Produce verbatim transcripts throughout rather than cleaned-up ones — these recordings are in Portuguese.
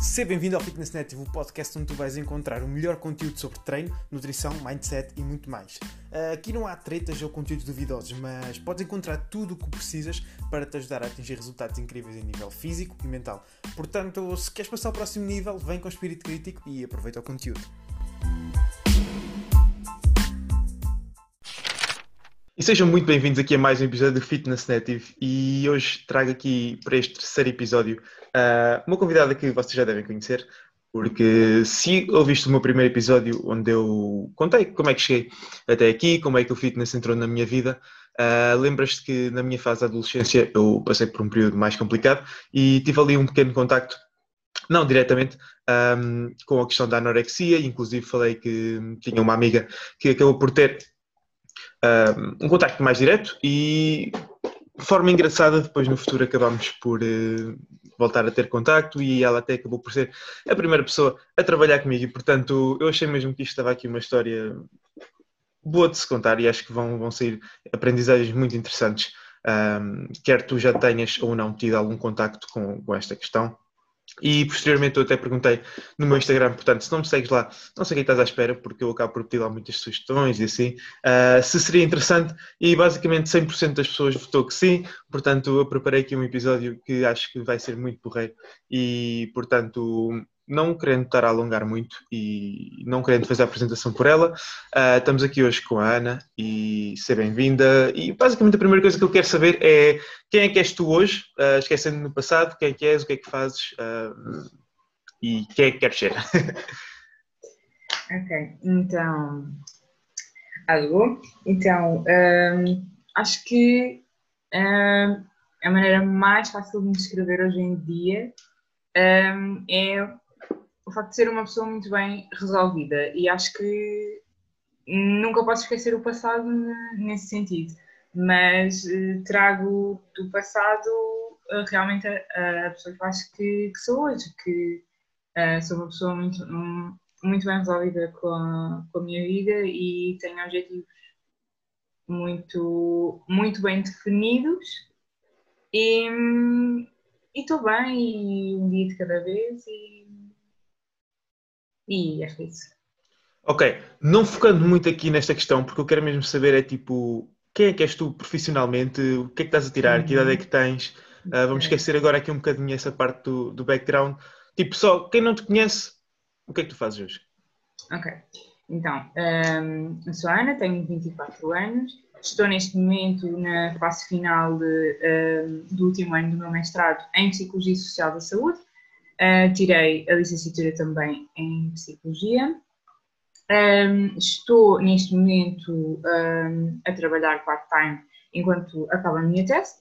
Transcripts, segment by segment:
Seja bem-vindo ao Fitness Native, o podcast onde tu vais encontrar o melhor conteúdo sobre treino, nutrição, mindset e muito mais. Aqui não há tretas ou conteúdos duvidosos, mas podes encontrar tudo o que precisas para te ajudar a atingir resultados incríveis em nível físico e mental. Portanto, se queres passar ao próximo nível, vem com espírito crítico e aproveita o conteúdo. E sejam muito bem-vindos aqui a mais um episódio do Fitness Native, e hoje trago aqui para este terceiro episódio uh, uma convidada que vocês já devem conhecer, porque se ouviste o meu primeiro episódio onde eu contei como é que cheguei até aqui, como é que o fitness entrou na minha vida, uh, lembras-te que na minha fase de adolescência eu passei por um período mais complicado e tive ali um pequeno contacto, não diretamente, um, com a questão da anorexia. Inclusive falei que tinha uma amiga que acabou por ter um contacto mais direto e, de forma engraçada, depois no futuro acabámos por uh, voltar a ter contacto, e ela até acabou por ser a primeira pessoa a trabalhar comigo, e portanto eu achei mesmo que isto estava aqui uma história boa de se contar, e acho que vão, vão sair aprendizagens muito interessantes, um, quer tu já tenhas ou não tido algum contacto com, com esta questão. E posteriormente eu até perguntei no meu Instagram, portanto, se não me segues lá, não sei o que estás à espera, porque eu acabo por pedir lá muitas sugestões e assim, uh, se seria interessante, e basicamente cem por cento das pessoas votou que sim. Portanto eu preparei aqui um episódio que acho que vai ser muito porreiro, e portanto, não querendo estar a alongar muito e não querendo fazer a apresentação por ela, uh, estamos aqui hoje com a Ana, e seja bem-vinda. E basicamente a primeira coisa que eu quero saber é: quem é que és tu hoje, uh, esquecendo no passado, quem é que és, o que é que fazes, uh, e quem é que queres ser? Ok, então, alô, então, hum, acho que hum, a maneira mais fácil de me descrever hoje em dia hum, é o facto de ser uma pessoa muito bem resolvida, e acho que nunca posso esquecer o passado nesse sentido, mas eh, trago do passado eh, realmente a, a pessoa que eu acho que, que sou hoje, que eh, sou uma pessoa muito, um, muito bem resolvida com a, com a minha vida, e tenho objetivos muito, muito bem definidos, e estou bem, e um dia de cada vez, e, e acho que é isso. Ok, não focando muito aqui nesta questão, porque eu quero mesmo saber é tipo, quem é que és tu profissionalmente, o que é que estás a tirar, que idade é que Uhum. tens. Uh, vamos Ok. esquecer agora aqui um bocadinho essa parte do, do background. Tipo, só quem não te conhece, o que é que tu fazes hoje? Ok, então, hum, eu sou a Ana, tenho vinte e quatro anos, estou neste momento na fase final de, hum, do último ano do meu mestrado em Psicologia Social da Saúde. Uh, tirei a licenciatura também em Psicologia. Um, estou neste momento um, a trabalhar part-time enquanto acabo a minha tese,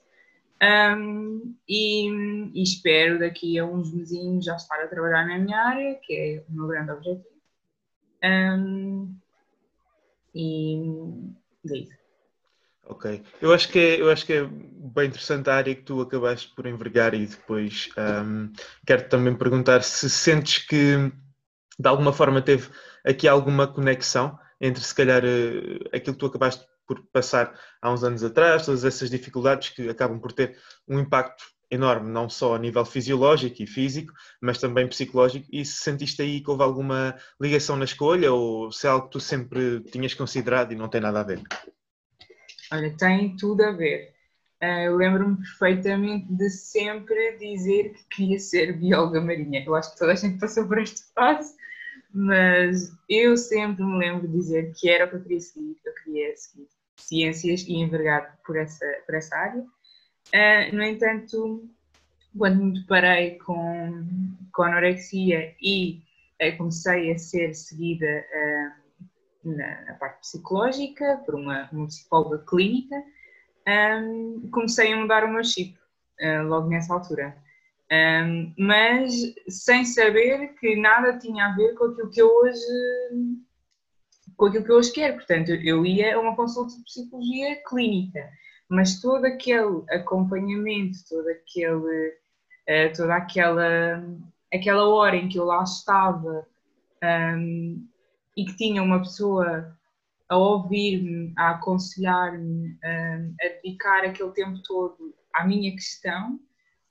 um, e, e espero daqui a uns mesinhos já estar a trabalhar na minha área, que é o meu grande objetivo. Um, e é isso. Ok, eu acho que é, eu acho que é bem interessante a área que tu acabaste por envergar, e depois um, quero também perguntar se sentes que de alguma forma teve aqui alguma conexão entre, se calhar, uh, aquilo que tu acabaste por passar há uns anos atrás, todas essas dificuldades que acabam por ter um impacto enorme, não só a nível fisiológico e físico, mas também psicológico, e se sentiste aí que houve alguma ligação na escolha, ou se é algo que tu sempre tinhas considerado e não tem nada a ver? Olha, tem tudo a ver. Uh, eu lembro-me perfeitamente de sempre dizer que queria ser bióloga marinha. Eu acho que toda a gente passou por esta fase, mas eu sempre me lembro de dizer que era o que eu queria seguir. Eu queria seguir ciências e envergar por essa, por essa área. Uh, no entanto, quando me deparei com, com anorexia e uh, comecei a ser seguida uh, na, na parte psicológica por uma, uma psicóloga clínica, um, comecei a mudar o meu chip uh, logo nessa altura. Um, mas sem saber que nada tinha a ver com aquilo que eu hoje, com aquilo que eu hoje quero. Portanto, eu ia a uma consulta de psicologia clínica, mas todo aquele acompanhamento, todo aquele, uh, toda aquela, aquela hora em que eu lá estava, um, e que tinha uma pessoa a ouvir-me, a aconselhar-me, a, a dedicar aquele tempo todo à minha questão,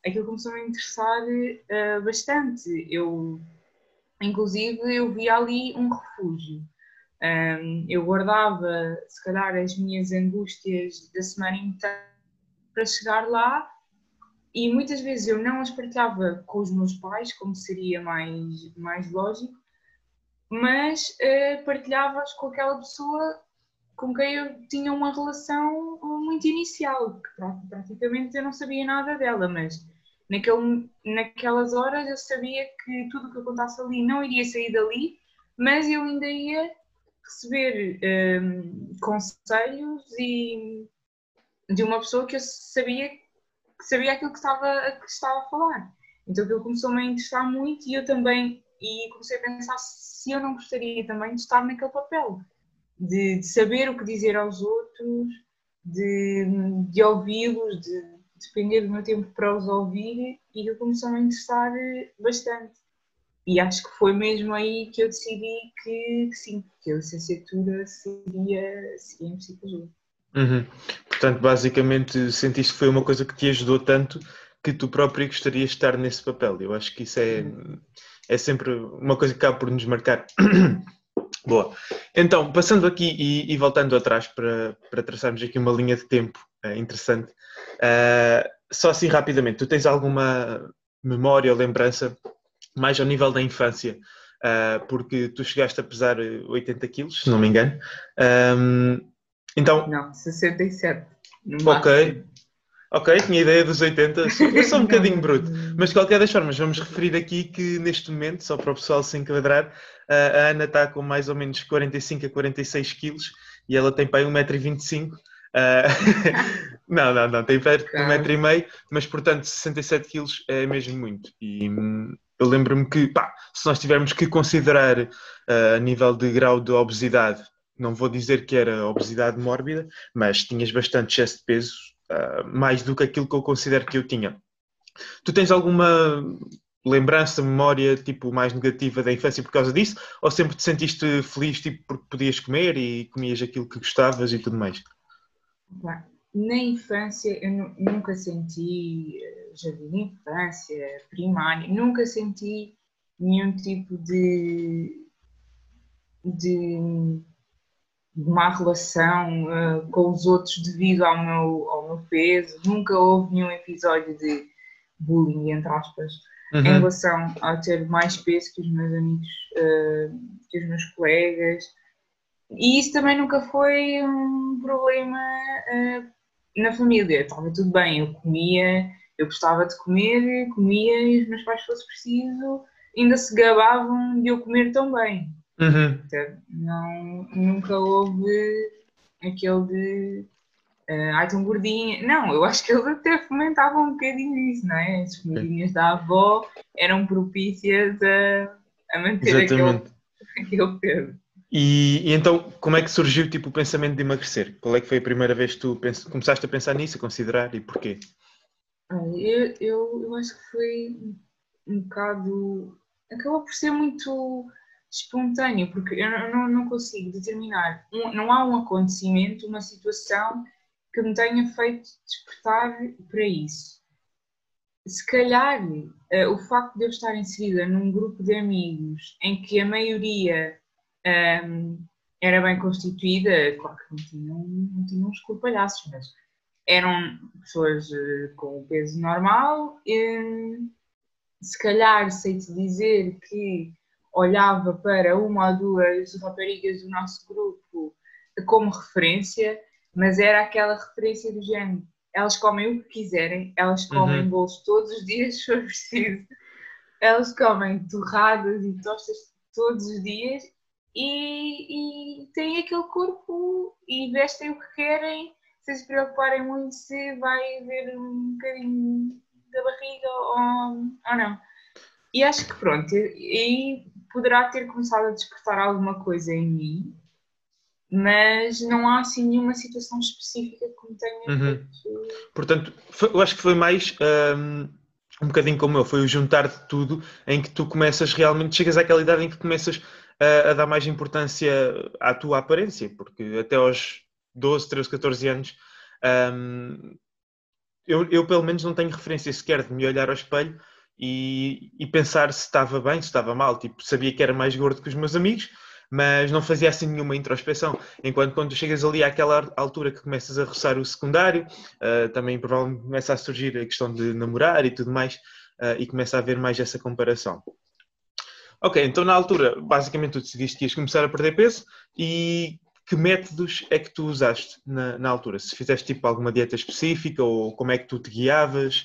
aquilo começou-me a interessar uh, bastante. Eu, inclusive, eu vi ali um refúgio. Um, eu guardava, se calhar, as minhas angústias da semana inteira para chegar lá, e muitas vezes eu não as partilhava com os meus pais, como seria mais, mais lógico, mas uh, partilhava-as com aquela pessoa com quem eu tinha uma relação muito inicial, que praticamente eu não sabia nada dela, mas naquele, naquelas horas eu sabia que tudo o que eu contasse ali não iria sair dali, mas eu ainda ia receber um, conselhos e de uma pessoa que eu sabia que sabia aquilo que estava, que estava a falar. Então aquilo começou-me a interessar muito, e eu também e comecei a pensar se eu não gostaria também de estar naquele papel, de, de saber o que dizer aos outros, de, de ouvi-los, de despender do meu tempo para os ouvir, e aquilo começou-me a interessar bastante. E acho que foi mesmo aí que eu decidi que, que sim, que a licenciatura seria, seria em psicologia. Uhum. Portanto, basicamente, sentiste que foi uma coisa que te ajudou tanto que tu próprio gostarias de estar nesse papel. Eu acho que isso é, é sempre uma coisa que acaba por nos marcar. Boa. Então, passando aqui e, e voltando atrás para, para traçarmos aqui uma linha de tempo é, interessante, uh, só assim rapidamente, tu tens alguma memória ou lembrança mais ao nível da infância, uh, porque tu chegaste a pesar oitenta quilos, se não me engano. Um, então, não, sessenta e sete. No ok, máximo. ok, tinha ideia dos oitenta, eu sou um bocadinho bruto, mas de qualquer das formas vamos referir aqui que neste momento, só para o pessoal se enquadrar, a Ana está com mais ou menos quarenta e cinco a quarenta e seis quilos e ela tem para aí um metro e vinte e cinco. Uh, não, não, não, tem perto de um metro e meio, mas portanto sessenta e sete quilos é mesmo muito. E hum, eu lembro-me que, pá, se nós tivermos que considerar uh, a nível de grau de obesidade, não vou dizer que era obesidade mórbida, mas tinhas bastante excesso de peso, uh, mais do que aquilo que eu considero que eu tinha. Tu tens alguma lembrança, memória, tipo, mais negativa da infância por causa disso? Ou sempre te sentiste feliz, tipo, porque podias comer e comias aquilo que gostavas e tudo mais? Na infância, eu nunca senti jardim de infância, primária, nunca senti nenhum tipo de, de, de má relação uh, com os outros devido ao meu, ao meu peso. Nunca houve nenhum episódio de bullying, entre aspas, uhum. em relação a ter mais peso que os meus amigos, uh, que os meus colegas. E isso também nunca foi um problema uh, na família. Estava tudo bem, eu comia, eu gostava de comer, comia, e os meus pais, se fosse preciso, ainda se gabavam de eu comer tão bem. Uhum. Não, nunca houve aquele de uh, ai, tão gordinha. Não, eu acho que eles até fomentavam um bocadinho isso, não é? As comidinhas da avó eram propícias a, a manter aquele, aquele peso. E, e então, como é que surgiu tipo, o pensamento de emagrecer? Qual é que foi a primeira vez que tu pens- começaste a pensar nisso, a considerar, e porquê? Eu, eu, eu acho que foi um bocado... Acabou por ser muito espontâneo, porque eu não, não consigo determinar. Um, não há um acontecimento, uma situação que me tenha feito despertar para isso. Se calhar, uh, o facto de eu estar inserida num grupo de amigos em que a maioria... Um, era bem constituída, claro que não tinham, não tinham uns corpalhaços, mas eram pessoas uh, com peso normal. E, se calhar sei-te dizer que olhava para uma ou duas raparigas do nosso grupo como referência, mas era aquela referência do género. Elas comem o que quiserem, elas comem uhum. bolos todos os dias, se for preciso. Elas comem torradas e tostas todos os dias. E, e têm aquele corpo e vestem o que querem, sem se preocuparem muito se vai haver um bocadinho da barriga ou, ou não. E acho que pronto, aí poderá ter começado a despertar alguma coisa em mim, mas não há assim nenhuma situação específica que me tenha uhum. feito. Portanto, foi, eu acho que foi mais um, um bocadinho como eu, foi o juntar de tudo em que tu começas realmente, chegas àquela idade em que começas a, a dar mais importância à tua aparência, porque até aos doze, treze, catorze anos um, eu, eu pelo menos não tenho referência sequer de me olhar ao espelho e, e pensar se estava bem, se estava mal. Tipo, sabia que era mais gordo que os meus amigos, mas não fazia assim nenhuma introspeção. Enquanto quando tu chegas ali àquela altura que começas a roçar o secundário, uh, também provavelmente começa a surgir a questão de namorar e tudo mais, uh, e começa a haver mais essa comparação. Ok, então na altura, basicamente tu decidiste que ias começar a perder peso e que métodos é que tu usaste na, na altura? Se fizeste tipo alguma dieta específica ou como é que tu te guiavas?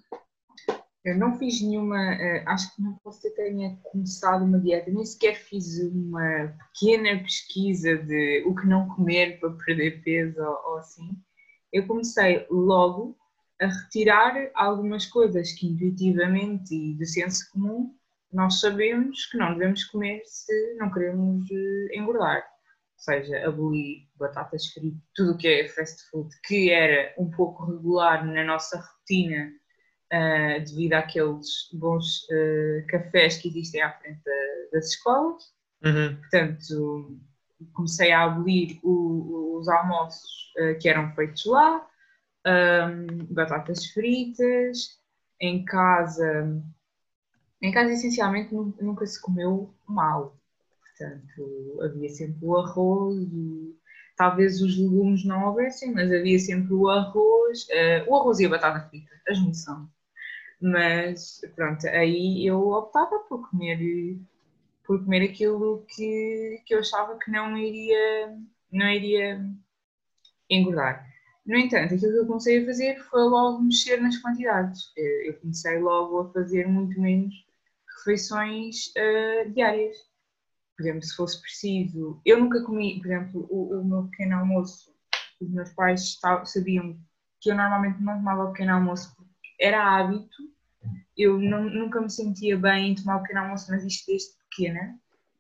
Eu não fiz nenhuma, uh, acho que não posso ter tenha começado uma dieta, nem sequer fiz uma pequena pesquisa de o que não comer para perder peso ou, ou assim. Eu comecei logo a retirar algumas coisas que intuitivamente e de senso comum nós sabemos que não devemos comer se não queremos uh, engordar. Ou seja, abolir batatas fritas, tudo o que é fast food, que era um pouco regular na nossa rotina, Uh, devido àqueles bons uh, cafés que existem à frente da, das escolas. Uhum. Portanto, comecei a abolir o, os almoços uh, que eram feitos lá, um, batatas fritas, em casa, em casa essencialmente nunca se comeu mal. Portanto, havia sempre o arroz, o, talvez os legumes não houvessem, mas havia sempre o arroz, uh, o arroz e a batata frita, a junção. Mas pronto, aí eu optava por comer, por comer aquilo que, que eu achava que não iria, não iria engordar. No entanto, aquilo que eu comecei a fazer foi logo mexer nas quantidades. Eu comecei logo a fazer muito menos refeições uh, diárias. Por exemplo, se fosse preciso, eu nunca comi, por exemplo, o, o meu pequeno almoço, os meus pais sabiam que eu normalmente não tomava o pequeno almoço porque era hábito. Eu não, nunca me sentia bem em tomar o pequeno almoço, mas isto desde pequena.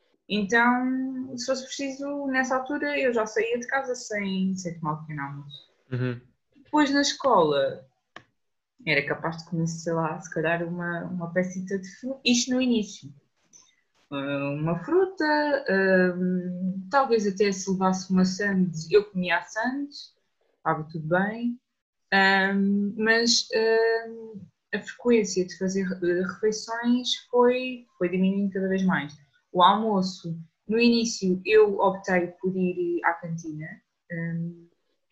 Então, se fosse preciso, nessa altura, eu já saía de casa sem, sem tomar o pequeno almoço. Uhum. Depois, na escola, era capaz de comer, sei lá, se calhar uma, uma pecita de fruta. Isto no início. Uma fruta, um, talvez até se levasse uma sandes, eu comia a sandes, estava tudo bem. Um, mas um, a frequência de fazer refeições foi, foi diminuindo cada vez mais. O almoço, no início, eu optei por ir à cantina um,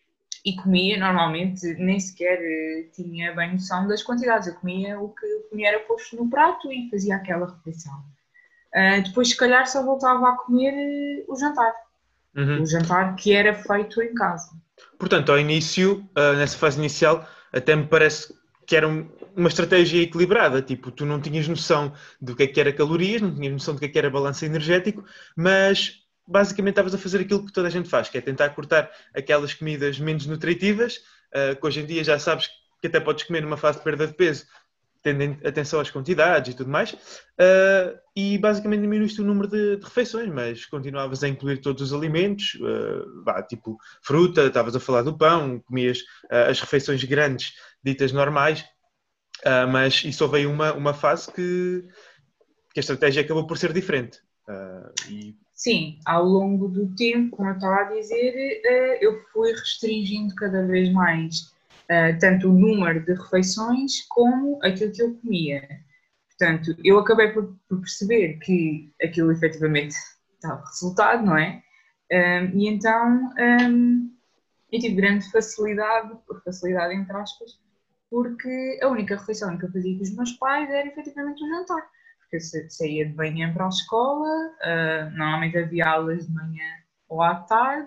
e comia normalmente, nem sequer uh, tinha bem noção das quantidades. Eu comia o que me era posto no prato e fazia aquela refeição. Uh, depois, se calhar, só voltava a comer uh, o jantar. Uhum. O jantar que era feito em casa. Portanto, ao início, uh, nessa fase inicial, até me parece que era um, uma estratégia equilibrada. Tipo, tu não tinhas noção do que é que era calorias, não tinhas noção do que é que era balanço energético, mas basicamente estavas a fazer aquilo que toda a gente faz, que é tentar cortar aquelas comidas menos nutritivas, uh, que hoje em dia já sabes que até podes comer numa fase de perda de peso, tendo atenção às quantidades e tudo mais, uh, e basicamente diminuíste o número de, de refeições, mas continuavas a incluir todos os alimentos, uh, bah, tipo fruta, estavas a falar do pão, comias uh, as refeições grandes, ditas normais, uh, mas isso houve aí uma, uma fase que, que a estratégia acabou por ser diferente. Uh, e... Sim, ao longo do tempo, como eu estava a dizer, uh, eu fui restringindo cada vez mais Uh, tanto o número de refeições como aquilo que eu comia. Portanto, eu acabei por, por perceber que aquilo efetivamente dava resultado, não é? Um, e então um, eu tive grande facilidade, por facilidade entre aspas, porque a única refeição que eu fazia com os meus pais era efetivamente o jantar. Porque eu saía de manhã para a escola, uh, normalmente havia aulas de manhã ou à tarde,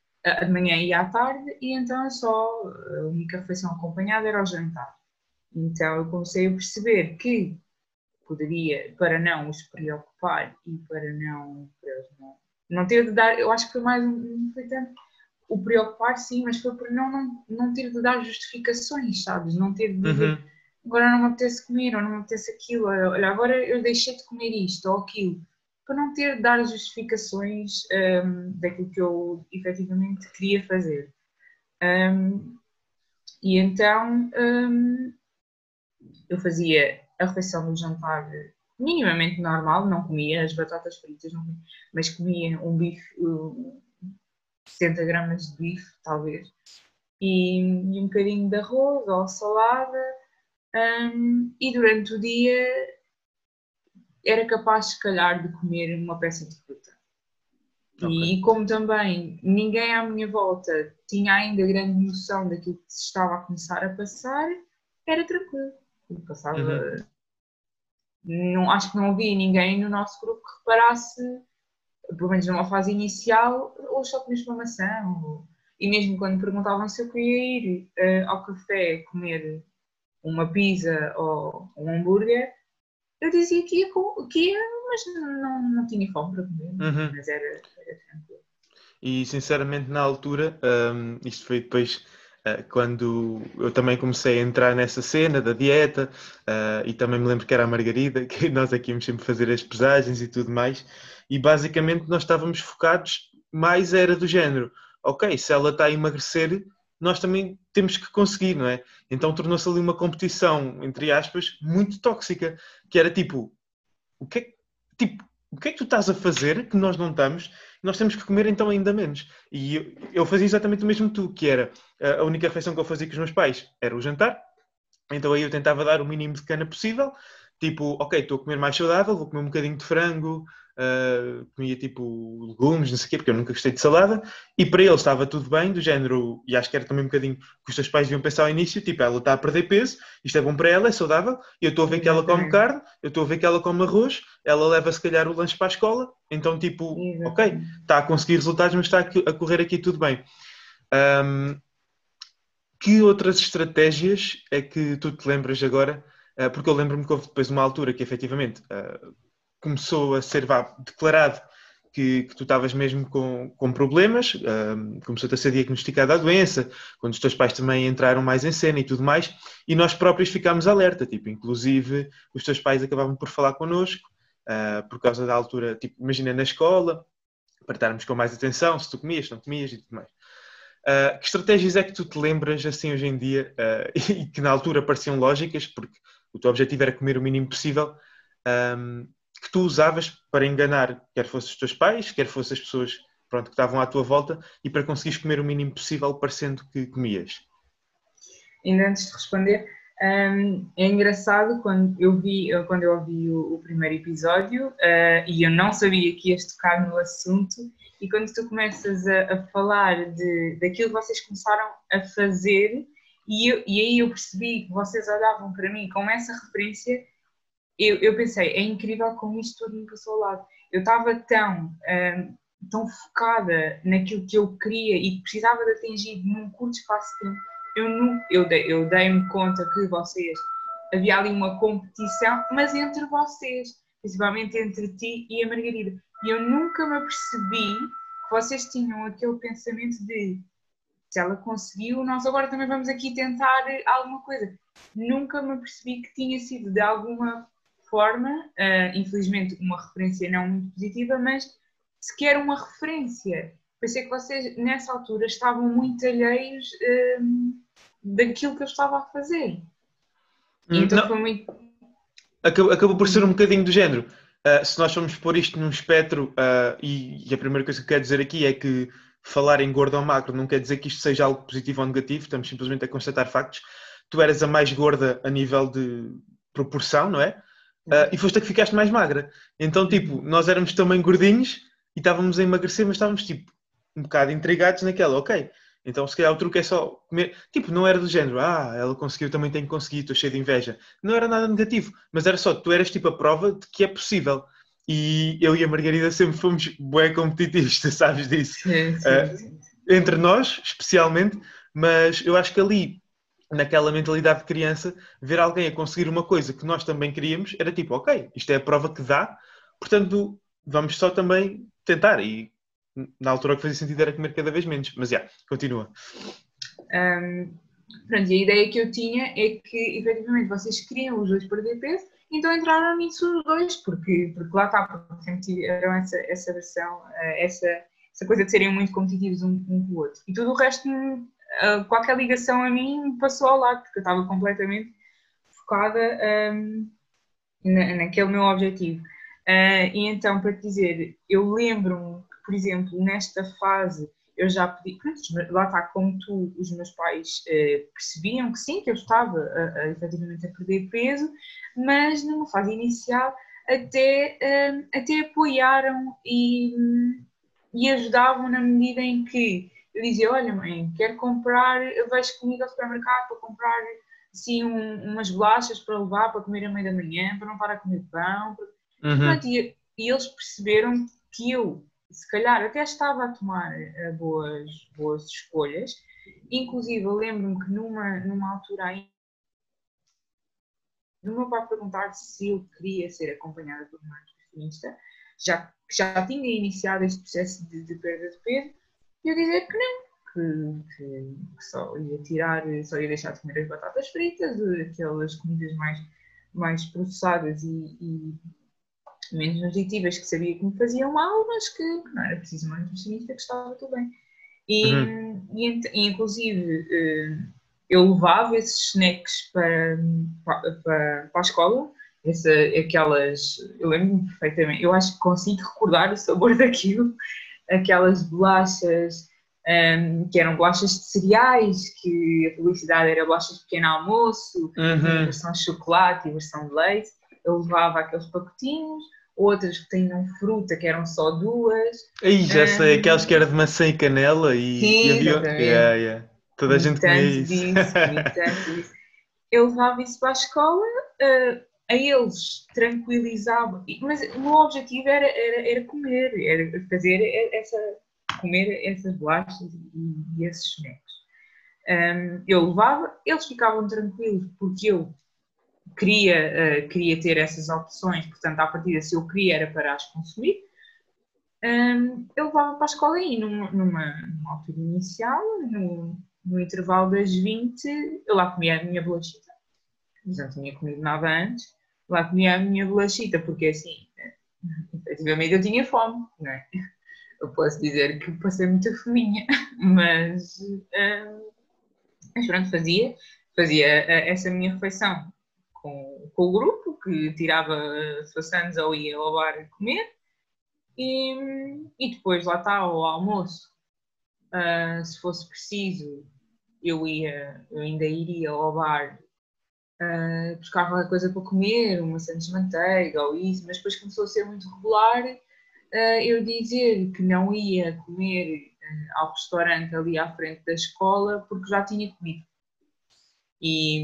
de manhã e à tarde, e então só a única refeição acompanhada era o jantar. Então eu comecei a perceber que poderia, para não os preocupar e para não, para não, não ter de dar, eu acho que foi mais, não foi tanto o preocupar, sim, mas foi por não, não, não ter de dar justificações, sabes? Não ter de dizer, uhum. Agora não me apetece comer, ou não me apetece aquilo, olha, agora eu deixei de comer isto ou aquilo. Para não ter de dar justificações um, daquilo que eu efetivamente queria fazer. Um, e então um, eu fazia a refeição do jantar minimamente normal, não comia as batatas fritas, não comia, mas comia um bife, um, sessenta gramas de bife, talvez, e, e um bocadinho de arroz ou salada, um, e durante o dia era capaz, se calhar, de comer uma peça de fruta. Ok. E como também ninguém à minha volta tinha ainda grande noção daquilo que se estava a começar a passar, era tranquilo. Eu passava, Uhum. não, acho que não havia ninguém no nosso grupo que reparasse, pelo menos numa fase inicial, ou só comeste uma maçã. Ou... E mesmo quando perguntavam se eu queria ir uh, ao café comer uma pizza ou um hambúrguer, eu dizia que ia, que ia mas não, não tinha fome para comer, Uhum. mas era, era tranquilo. E sinceramente, na altura, um, isto foi depois uh, quando eu também comecei a entrar nessa cena da dieta, uh, e também me lembro que era a Margarida, que nós aqui íamos sempre fazer as pesagens e tudo mais, e basicamente nós estávamos focados mais era do género, ok, se ela está a emagrecer, nós também temos que conseguir, não é? Então tornou-se ali uma competição, entre aspas, muito tóxica, que era tipo, o que é que, tipo, o que é que tu estás a fazer que nós não estamos? Nós temos que comer então ainda menos. E eu, eu fazia exatamente o mesmo que tu, que era a única refeição que eu fazia com os meus pais era o jantar. Então aí eu tentava dar o mínimo de cana possível. Tipo, ok, estou a comer mais saudável, vou comer um bocadinho de frango, uh, comia tipo legumes, não sei o quê, porque eu nunca gostei de salada. E para eles estava tudo bem, do género, e acho que era também um bocadinho que os teus pais deviam pensar ao início, tipo, ela está a perder peso, isto é bom para ela, é saudável, eu estou a ver que ela come Exatamente. carne, eu estou a ver que ela come arroz, ela leva se calhar o lanche para a escola, então tipo, ok, Exatamente. está a conseguir resultados, mas está a correr aqui tudo bem. Um, que outras estratégias é que tu te lembras agora? Uh, porque eu lembro-me que houve depois uma altura que efetivamente uh, começou a ser vá, declarado que, que tu estavas mesmo com, com problemas, uh, começou-te a ser diagnosticada a doença, quando os teus pais também entraram mais em cena e tudo mais, e nós próprios ficámos alerta, tipo, inclusive os teus pais acabavam por falar connosco, uh, por causa da altura, tipo, imagina na escola, para estarmos com mais atenção, se tu comias, se não comias e tudo mais. Uh, que estratégias é que tu te lembras assim hoje em dia uh, e que na altura pareciam lógicas, porque o teu objetivo era comer o mínimo possível, um, que tu usavas para enganar, quer fossem os teus pais, quer fossem as pessoas pronto, que estavam à tua volta, e para conseguires comer o mínimo possível parecendo que comias? Ainda antes de responder, um, é engraçado quando eu vi, quando eu ouvi o, o primeiro episódio, uh, e eu não sabia que ias tocar no assunto, e quando tu começas a, a falar de, daquilo que vocês começaram a fazer, e, eu, e aí eu percebi que vocês olhavam para mim com essa referência, eu, eu pensei, é incrível como isto tudo me passou ao lado. Eu estava tão, um, tão focada naquilo que eu queria e que precisava de atingir num curto espaço de tempo. Eu, não, eu, dei, eu dei-me conta que vocês, havia ali uma competição, mas entre vocês, principalmente entre ti e a Margarida. E eu nunca me apercebi que vocês tinham aquele pensamento de se ela conseguiu, nós agora também vamos aqui tentar alguma coisa. Nunca me apercebi que tinha sido de alguma forma, uh, infelizmente uma referência não muito positiva, mas sequer uma referência. Pensei que vocês nessa altura estavam muito alheios uh, daquilo que eu estava a fazer. E Hum, então não, foi muito. acabou, acabou por ser um bocadinho do género. Uh, se nós formos pôr isto num espectro, uh, e, e a primeira coisa que eu quero dizer aqui é que falar em gordo ou magro não quer dizer que isto seja algo positivo ou negativo, estamos simplesmente a constatar factos. Tu eras a mais gorda a nível de proporção, não é? Uh, e foste a que ficaste mais magra. Então, tipo, nós éramos também gordinhos e estávamos a emagrecer, mas estávamos, tipo, um bocado intrigados naquela, ok. Então, se calhar o truque é só comer. Tipo, não era do género, ah, ela conseguiu, também tenho conseguido, estou cheio de inveja. Não era nada negativo, mas era só, tu eras tipo a prova de que é possível. E eu e a Margarida sempre fomos bué competitivos, tu sabes disso. Sim, sim, Uh, sim. entre nós, especialmente, mas eu acho que ali, naquela mentalidade de criança, ver alguém a conseguir uma coisa que nós também queríamos, era tipo, ok, isto é a prova que dá, portanto, vamos só também tentar. E na altura o que fazia sentido era comer cada vez menos. Mas, já, yeah, continua. Um, pronto, e a ideia que eu tinha é que, efetivamente, vocês queriam os dois perder peso, então entraram nisso os dois, porque, porque lá está, porque sempre tiveram essa, essa versão, essa, essa coisa de serem muito competitivos um, um com o outro. E tudo o resto, qualquer ligação a mim passou ao lado, porque eu estava completamente focada um, na, naquele meu objetivo. Uh, e então, para te dizer, eu lembro-me que, por exemplo, nesta fase, eu já pedi, pronto, lá está, como tu, os meus pais eh, percebiam que sim, que eu estava a, a, efetivamente a perder peso, mas numa fase inicial até, eh, até apoiaram e, e ajudavam na medida em que eu dizia, olha mãe, quero comprar, eu vejo comigo ao supermercado para comprar assim, um, umas bolachas para levar para comer à meia da manhã, para não parar a comer pão. Para... Uhum. Pronto, e, e eles perceberam que eu, se calhar, até estava a tomar uh, boas, boas escolhas. Inclusive, eu lembro-me que numa, numa altura ainda, do meu pai perguntar se eu queria ser acompanhada por uma nutricionista, já, já tinha iniciado este processo de, de perda de peso, e eu dizer que não, que, que, que só ia tirar, só ia deixar de comer as batatas fritas, aquelas comidas mais, mais processadas e, e menos nutritivas que sabia que me faziam mal, mas que, que não era preciso uma nutricionista, que estava tudo bem. E, Uhum. e, e inclusive eu levava esses snacks para, para, para a escola, essa, aquelas, eu lembro-me perfeitamente, eu acho que consigo recordar o sabor daquilo, aquelas bolachas um, que eram bolachas de cereais, que a publicidade era bolachas de pequeno almoço, Uhum. tinha versão de chocolate e versão de leite, eu levava aqueles pacotinhos, outras que tinham fruta, que eram só duas. Aí já sei, Um, aquelas que era de maçã e canela e, e sim, havia. exatamente. Yeah, yeah. Toda a Comi gente comia tanto isso. disso, comi tanto disso. Eu levava isso para a escola, uh, a eles tranquilizavam, mas o meu objetivo era, era, era comer, era fazer essa, comer essas bolachas e, e esses snacks. Um, eu levava, eles ficavam tranquilos porque eu queria, uh, queria ter essas opções, portanto, à partida, se eu queria era para as consumir. Um, eu levava para a escola e numa, numa, numa altura inicial, no, no intervalo das vinte, eu lá comia a minha bolachita. Já não tinha comido nada antes. Lá comia a minha bolachita, porque assim, efetivamente eu tinha fome, não é? Eu posso dizer que passei muita fominha, mas, um, mas pronto, fazia, fazia essa minha refeição com, com o grupo, que tirava façanhas ou ia ao bar comer. E, e depois lá está, ao almoço, uh, se fosse preciso, eu, ia, eu ainda iria ao bar uh, buscar qualquer coisa para comer, uma sandes de manteiga ou isso, mas depois começou a ser muito regular uh, eu dizer que não ia comer uh, ao restaurante ali à frente da escola porque já tinha comido. E,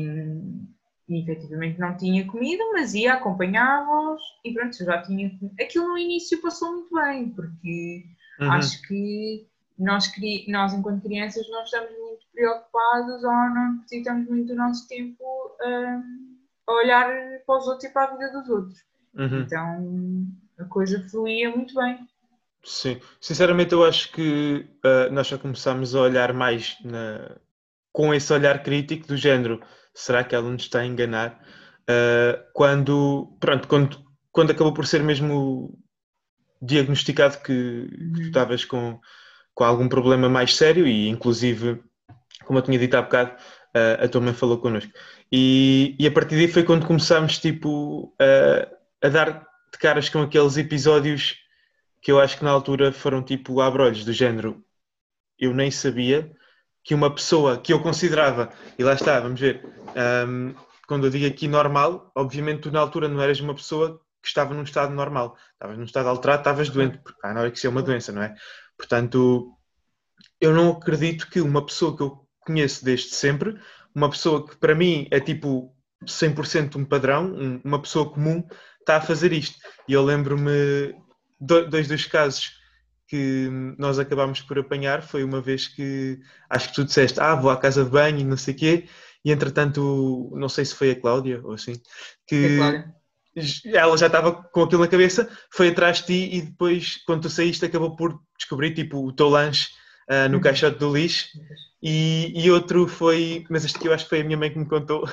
e efetivamente não tinha comida, mas ia, acompanhava-os e pronto, eu já tinha comido. Aquilo no início passou muito bem, porque Uhum. acho que nós, nós, enquanto crianças, não estamos muito preocupados ou não necessitamos muito do nosso tempo um, a olhar para os outros e para a vida dos outros. Uhum. Então a coisa fluía muito bem. Sim, sinceramente eu acho que uh, nós já começámos a olhar mais na... com esse olhar crítico do género, será que ela nos está a enganar? Uh, quando, pronto, quando, quando acabou por ser mesmo diagnosticado que, uhum. que tu estavas com, com algum problema mais sério e inclusive, como eu tinha dito há bocado, uh, a tua mãe falou connosco. E, e a partir daí foi quando começámos tipo, uh, a dar de caras com aqueles episódios que eu acho que na altura foram tipo abrolhos do género. Eu nem sabia que uma pessoa que eu considerava, e lá está, vamos ver, um, quando eu digo aqui normal, obviamente tu na altura não eras uma pessoa que estava num estado normal, estavas num estado alterado, estavas doente, porque há na hora que isso é uma doença, não é? Portanto, eu não acredito que uma pessoa que eu conheço desde sempre, uma pessoa que para mim é tipo cem por cento um padrão, um, uma pessoa comum, está a fazer isto. E eu lembro-me, do, dois dos casos que nós acabámos por apanhar foi uma vez que acho que tu disseste, ah, vou à casa de banho e não sei o quê, e entretanto, não sei se foi a Cláudia ou assim, que ela já estava com aquilo na cabeça, foi atrás de ti e depois, quando tu saíste, acabou por descobrir tipo o teu lanche uh, no caixote do lixo. E, e outro foi, mas este que eu acho que foi a minha mãe que me contou,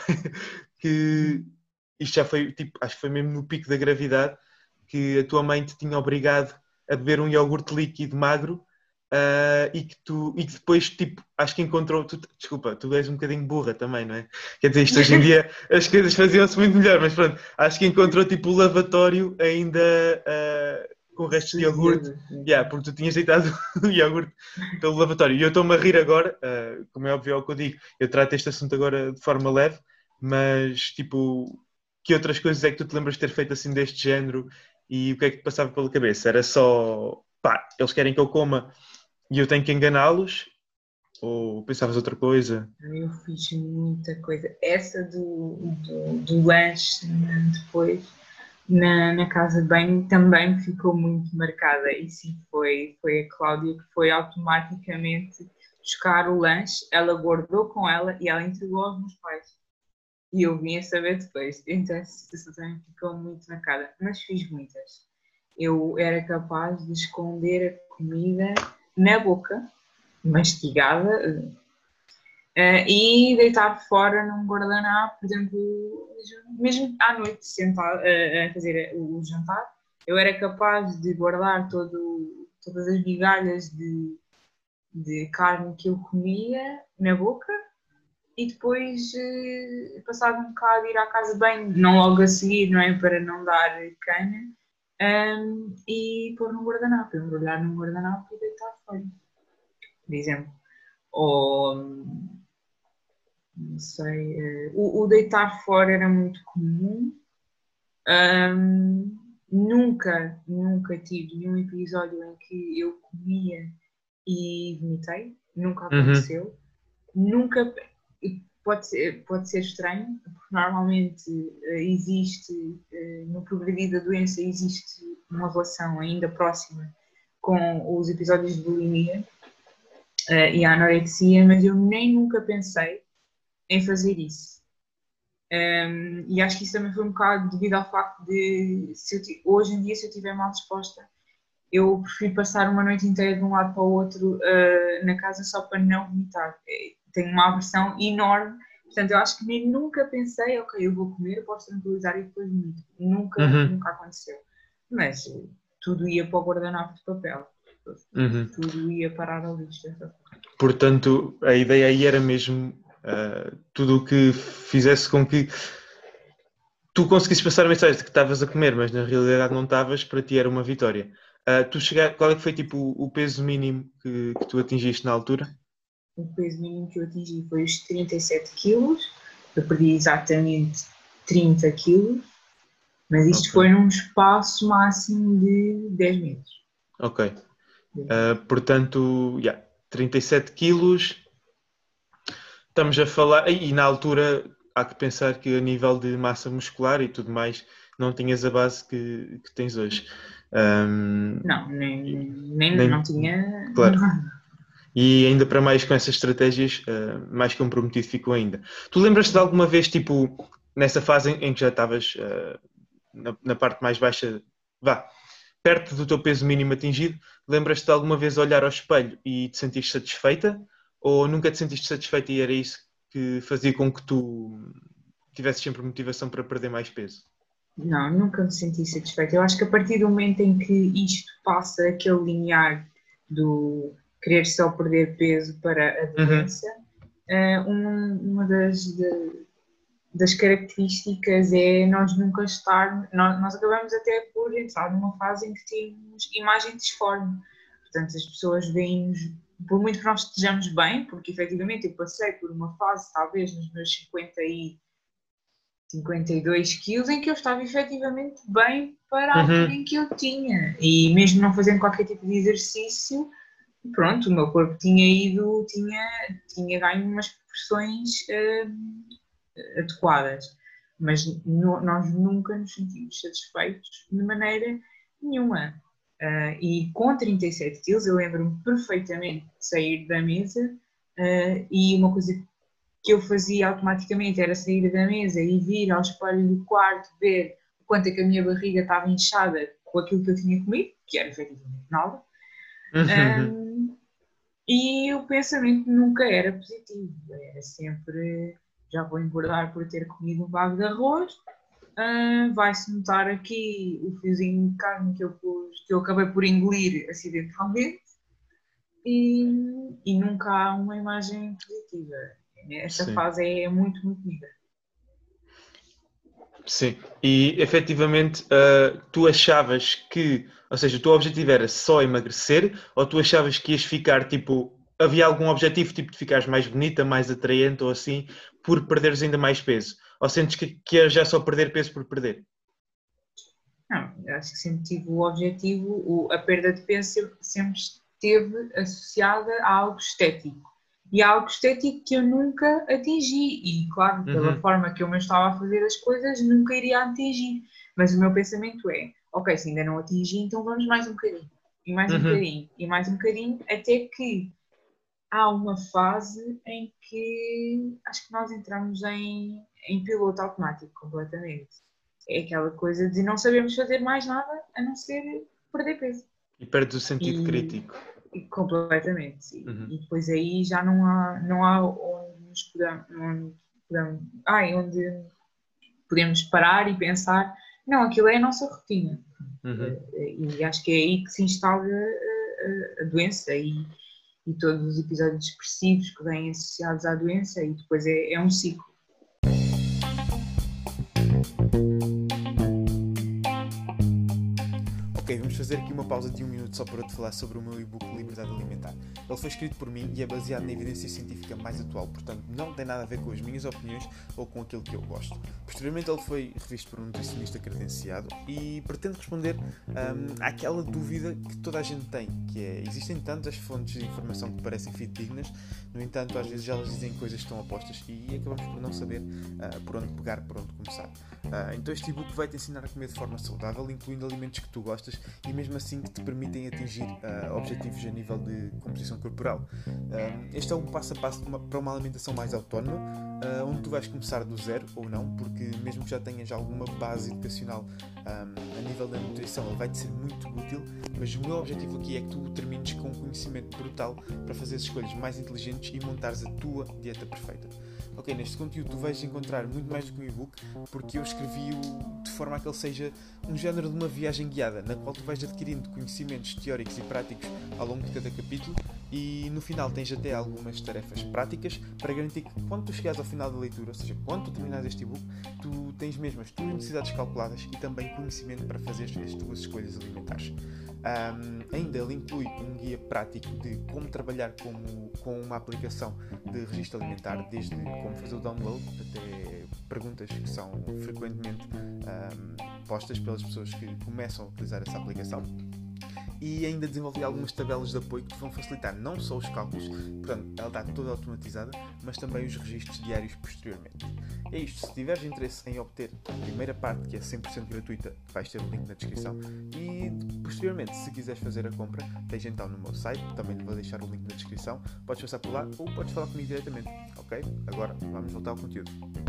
que isto já foi, tipo, acho que foi mesmo no pico da gravidade, que a tua mãe te tinha obrigado a beber um iogurte líquido magro uh, e, que tu, e que depois, tipo, acho que encontrou... Tu, desculpa, tu és um bocadinho burra também, não é? Quer dizer, isto hoje em dia as coisas faziam-se muito melhor, mas pronto, acho que encontrou, tipo, o lavatório ainda uh, com o resto de Sujo de iogurte, iogurte. yeah, porque tu tinhas deitado o iogurte pelo lavatório. E eu estou-me a rir agora, uh, como é óbvio é o que eu digo, eu trato este assunto agora de forma leve, mas tipo, que outras coisas é que tu te lembras de ter feito assim deste género e o que é que te passava pela cabeça? Era só, pá, eles querem que eu coma e eu tenho que enganá-los? Ou pensavas outra coisa? Eu fiz muita coisa. Essa do, do, do lanche, né, depois, na, na casa de banho, também me ficou muito marcada. E sim, foi, foi a Cláudia que foi automaticamente buscar o lanche, ela guardou com ela e ela entregou aos meus pais. E eu vim a saber depois. Então essa situação também ficou muito marcada. Mas fiz muitas. Eu era capaz de esconder a comida na boca, mastigada, Uh, e deitar fora num guardanapo, por exemplo, mesmo à noite, sentar, uh, a fazer o, o jantar, eu era capaz de guardar todo, todas as migalhas de, de carne que eu comia na boca e depois, uh, passado um bocado, ir à casa de banho, não logo a seguir, não é? Para não dar canha, um, e pôr num guardanapo, embrulhar num guardanapo e deitar fora, por exemplo. Ou não sei, eh, o, o deitar fora era muito comum. Ahm, nunca, nunca tive nenhum episódio em que eu comia e vomitei. Nunca Uhum. aconteceu. Nunca, pode ser, pode ser estranho, porque normalmente eh, existe, eh, no progredir da doença, existe uma relação ainda próxima com os episódios de bulimia eh, e a anorexia, mas eu nem nunca pensei em fazer isso. Um, e acho que isso também foi um bocado devido ao facto de, se eu, hoje em dia, se eu estiver mal disposta, eu prefiro passar uma noite inteira de um lado para o outro uh, na casa só para não vomitar. Tenho uma aversão enorme, portanto, eu acho que nem nunca pensei, ok, eu vou comer, eu posso tranquilizar e depois vomito. Nunca, Uhum. nunca aconteceu. Mas tudo ia para o guardanapo de papel, Uhum. tudo ia parar ao lixo. Portanto, a ideia aí era mesmo uh, tudo o que fizesse com que tu conseguisses passar a mensagem de que estavas a comer, mas na realidade não estavas, para ti era uma vitória. Uh, tu chegaste, qual é que foi tipo o peso mínimo que, que tu atingiste na altura? O peso mínimo que eu atingi foi os trinta e sete quilos. Eu perdi exatamente trinta quilos, mas isto Okay. foi num espaço máximo de dez meses. Ok. Uh, portanto, yeah, trinta e sete quilos. Estamos a falar. E na altura há que pensar que a nível de massa muscular e tudo mais, não tinhas a base que, que tens hoje. Um, não, nem, nem, nem, não tinha. claro. E ainda para mais com essas estratégias, uh, mais comprometido ficou ainda. Tu lembras-te de alguma vez, tipo, nessa fase em, em que já estavas uh, na, na parte mais baixa, vá, perto do teu peso mínimo atingido, lembras-te de alguma vez olhar ao espelho e te sentiste satisfeita? Ou nunca te sentiste satisfeita e era isso que fazia com que tu tivesses sempre motivação para perder mais peso? Não, nunca me senti satisfeita. Eu acho que a partir do momento em que isto passa aquele limiar do querer só perder peso para a Uhum. doença, uh, um, uma das, de, das características é nós nunca estar, nós, nós acabamos até por entrar numa fase em que temos imagem disforme. Portanto, as pessoas veem-nos, por muito que nós estejamos bem, porque efetivamente eu passei por uma fase, talvez nos meus cinquenta e cinquenta e dois quilos, em que eu estava efetivamente bem para a altura Uhum. em que eu tinha. E mesmo não fazendo qualquer tipo de exercício, pronto, o meu corpo tinha ido, tinha, tinha ganho umas proporções hum, adequadas. Mas no, nós nunca nos sentimos satisfeitos de maneira nenhuma. Uh, e com trinta e sete quilos, eu lembro-me perfeitamente de sair da mesa uh, e uma coisa que eu fazia automaticamente era sair da mesa e vir ao espelho do quarto ver o quanto é que a minha barriga estava inchada com aquilo que eu tinha comido, que era efetivamente nada. Uhum. Um, e o pensamento nunca era positivo, era sempre já vou engordar por ter comido um bago de arroz, uh, vai-se notar aqui o fiozinho de carne que eu, pus, que eu acabei por engolir acidentalmente e, e nunca há uma imagem positiva. Essa Sim. fase é muito, muito negra. Sim, e efetivamente uh, tu achavas que, ou seja, o teu objetivo era só emagrecer ou tu achavas que ias ficar tipo, havia algum objetivo tipo de ficares mais bonita, mais atraente ou assim, por perderes ainda mais peso? Ou sentes que, que é já só perder peso por perder? Não, eu acho que sempre tive o objetivo, o- a perda de peso sempre, sempre esteve associada a algo estético. E a algo estético que eu nunca atingi. E, claro, pela Uhum, forma que eu me estava a fazer as coisas, nunca iria atingir. Mas o meu pensamento é: ok, se ainda não atingi, então vamos mais um bocadinho. E mais um uhum. bocadinho. E mais um bocadinho, até que há uma fase em que acho que nós entramos em, em piloto automático completamente. É aquela coisa de não sabemos fazer mais nada a não ser perder peso. E perdes o sentido E, crítico. e completamente. Uhum. E, e depois aí já não há, não há onde nos podemos, onde podemos, ai, onde podemos parar e pensar, não, aquilo é a nossa rotina. Uhum. Eh, E acho que é aí que se instala a, a- a doença e, e todos os episódios depressivos que vêm associados à doença e depois é, é um ciclo. Ok, vamos fazer aqui uma pausa de um minuto só para te falar sobre o meu e-book Liberdade Alimentar. Ele foi escrito por mim e é baseado na evidência científica mais atual, portanto não tem nada a ver com as minhas opiniões ou com aquilo que eu gosto. Posteriormente ele foi revisto por um nutricionista credenciado e pretende responder hum, àquela dúvida que toda a gente tem, que é, existem tantas fontes de informação que parecem fidedignas, no entanto às vezes elas dizem coisas que estão opostas e acabamos por não saber uh, por onde pegar, por onde começar. Uh, então este e-book vai te ensinar a comer de forma saudável, incluindo alimentos que tu gostas e mesmo assim que te permitem atingir uh, objetivos a nível de composição corporal. Uh, este é um passo a passo uma, para uma alimentação mais autónoma, uh, onde tu vais começar do zero ou não, porque mesmo que já tenhas alguma base educacional um, a nível da nutrição, ele vai-te ser muito útil, mas o meu objetivo aqui é que tu termines com um conhecimento brutal para fazer escolhas mais inteligentes e montares a tua dieta perfeita. Ok, neste conteúdo tu vais encontrar muito mais do que um e-book, porque eu escrevi-o de forma a que ele seja um género de uma viagem guiada, na qual tu vais adquirindo conhecimentos teóricos e práticos ao longo de cada capítulo e no final tens até algumas tarefas práticas para garantir que quando tu chegares ao final da leitura, ou seja, quando tu terminares este e-book, tu tens mesmo as tuas necessidades calculadas e também conhecimento para fazer as tuas escolhas alimentares. Um, ainda ele inclui um guia prático de como trabalhar como, com uma aplicação de registro alimentar, desde como fazer o download até perguntas que são frequentemente um, postas pelas pessoas que começam a utilizar essa aplicação. E ainda desenvolvi algumas tabelas de apoio que vão facilitar não só os cálculos, portanto ela está toda automatizada, mas também os registros diários posteriormente. É isto, se tiveres interesse em obter a primeira parte, que é cem por cento gratuita, vais ter o link na descrição, e posteriormente, se quiseres fazer a compra, tens então no meu site, também vou deixar o link na descrição, podes passar por lá ou podes falar comigo diretamente, ok? Agora vamos voltar ao conteúdo.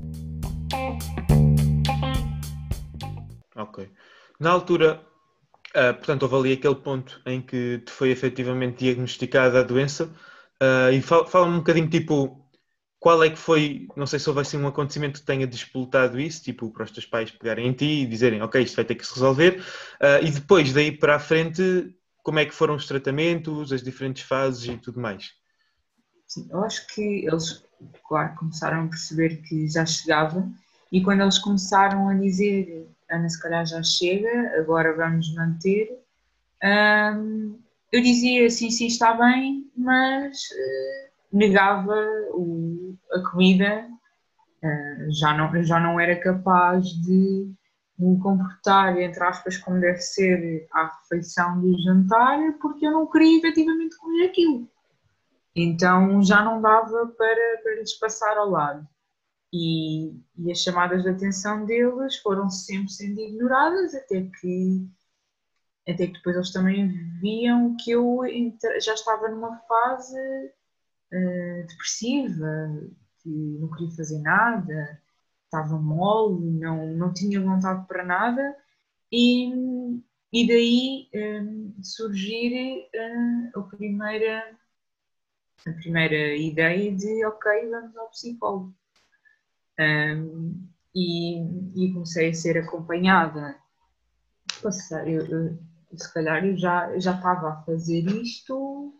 Ok. Na altura, uh, portanto, houve ali aquele ponto em que te foi efetivamente diagnosticada a doença. Uh, e fala- fala-me um bocadinho, tipo, qual é que foi, não sei se houve assim um acontecimento que tenha despolutado isso, tipo, para os teus pais pegarem em ti e dizerem, ok, isto vai ter que se resolver. Uh, e depois, daí para a frente, como é que foram os tratamentos, as diferentes fases e tudo mais? Sim, eu acho que eles, claro, começaram a perceber que já chegava e quando eles começaram a dizer, Ana, se calhar já chega, agora vamos manter, hum, eu dizia sim, sim, está bem, mas eh, negava o- a comida, eh, já não, eu já não era capaz de me comportar, entre aspas, como deve ser à refeição do jantar, porque eu não queria efetivamente comer aquilo. Então já não dava para, para lhes passar ao lado. E, e as chamadas de atenção deles foram sempre sendo ignoradas, até que, até que depois eles também viam que eu entra- já estava numa fase eh, depressiva, que não queria fazer nada, estava mole, não, não tinha vontade para nada, e, e daí eh, surgir eh, a primeira a primeira ideia de, ok, vamos ao psicólogo. Um, e, e comecei a ser acompanhada. Passei, eu, eu, se calhar eu já, eu já estava a fazer isto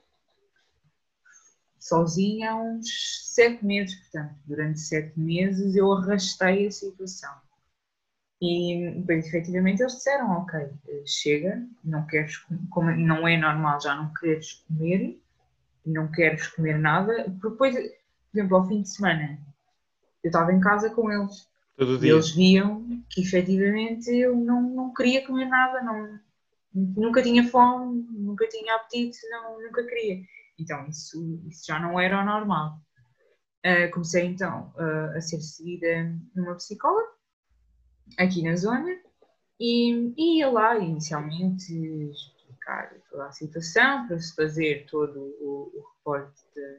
sozinha há uns sete meses, portanto, durante sete meses eu arrastei a situação. E depois, efetivamente, eles disseram, ok, chega, não queres, como não é normal já não quereres comer, não queres comer nada, porque depois, por exemplo, ao fim de semana, eu estava em casa com eles, Todo e dia. eles viam que efetivamente eu não, não queria comer nada, não, nunca tinha fome, nunca tinha apetite, não, nunca queria. Então isso, isso já não era o normal. Uh, comecei então uh, a ser seguida numa psicóloga, aqui na zona, e, e ia lá inicialmente explicar toda a situação, para se fazer todo o, o reporte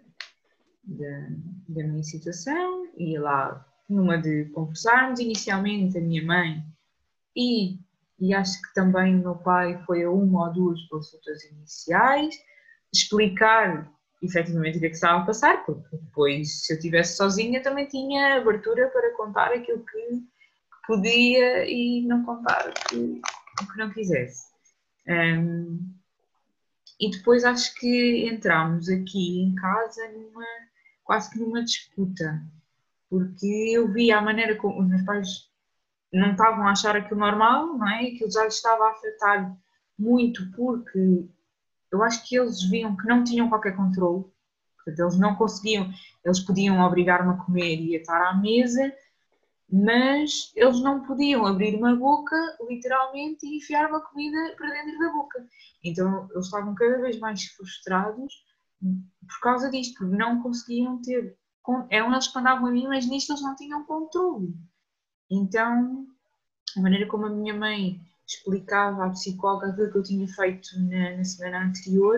da, da minha situação, ia lá numa de conversarmos, inicialmente a minha mãe e, e acho que também o meu pai foi a uma ou duas consultas iniciais, explicar efetivamente o que é que estava a passar, porque depois, se eu estivesse sozinha, também tinha abertura para contar aquilo que, que podia e não contar o que, o que não quisesse. Um, e depois acho que entramos aqui em casa numa, quase que numa disputa, porque eu via a maneira como os meus pais não estavam a achar aquilo normal, não é? Aquilo já lhes estava a afetar muito, porque eu acho que eles viam que não tinham qualquer controle, portanto, eles não conseguiam, eles podiam obrigar-me a comer e a estar à mesa, mas eles não podiam abrir uma boca, literalmente, e enfiar uma comida para dentro da boca. Então, eles estavam cada vez mais frustrados por causa disto, porque não conseguiam ter. Eram eles que mandavam a mim, mas nisto eles não tinham controle. Então, a maneira como a minha mãe explicava à psicóloga aquilo que eu tinha feito na, na semana anterior,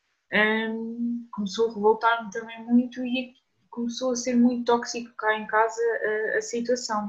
um, começou a revoltar-me também muito e começou a ser muito tóxico cá em casa a, a situação.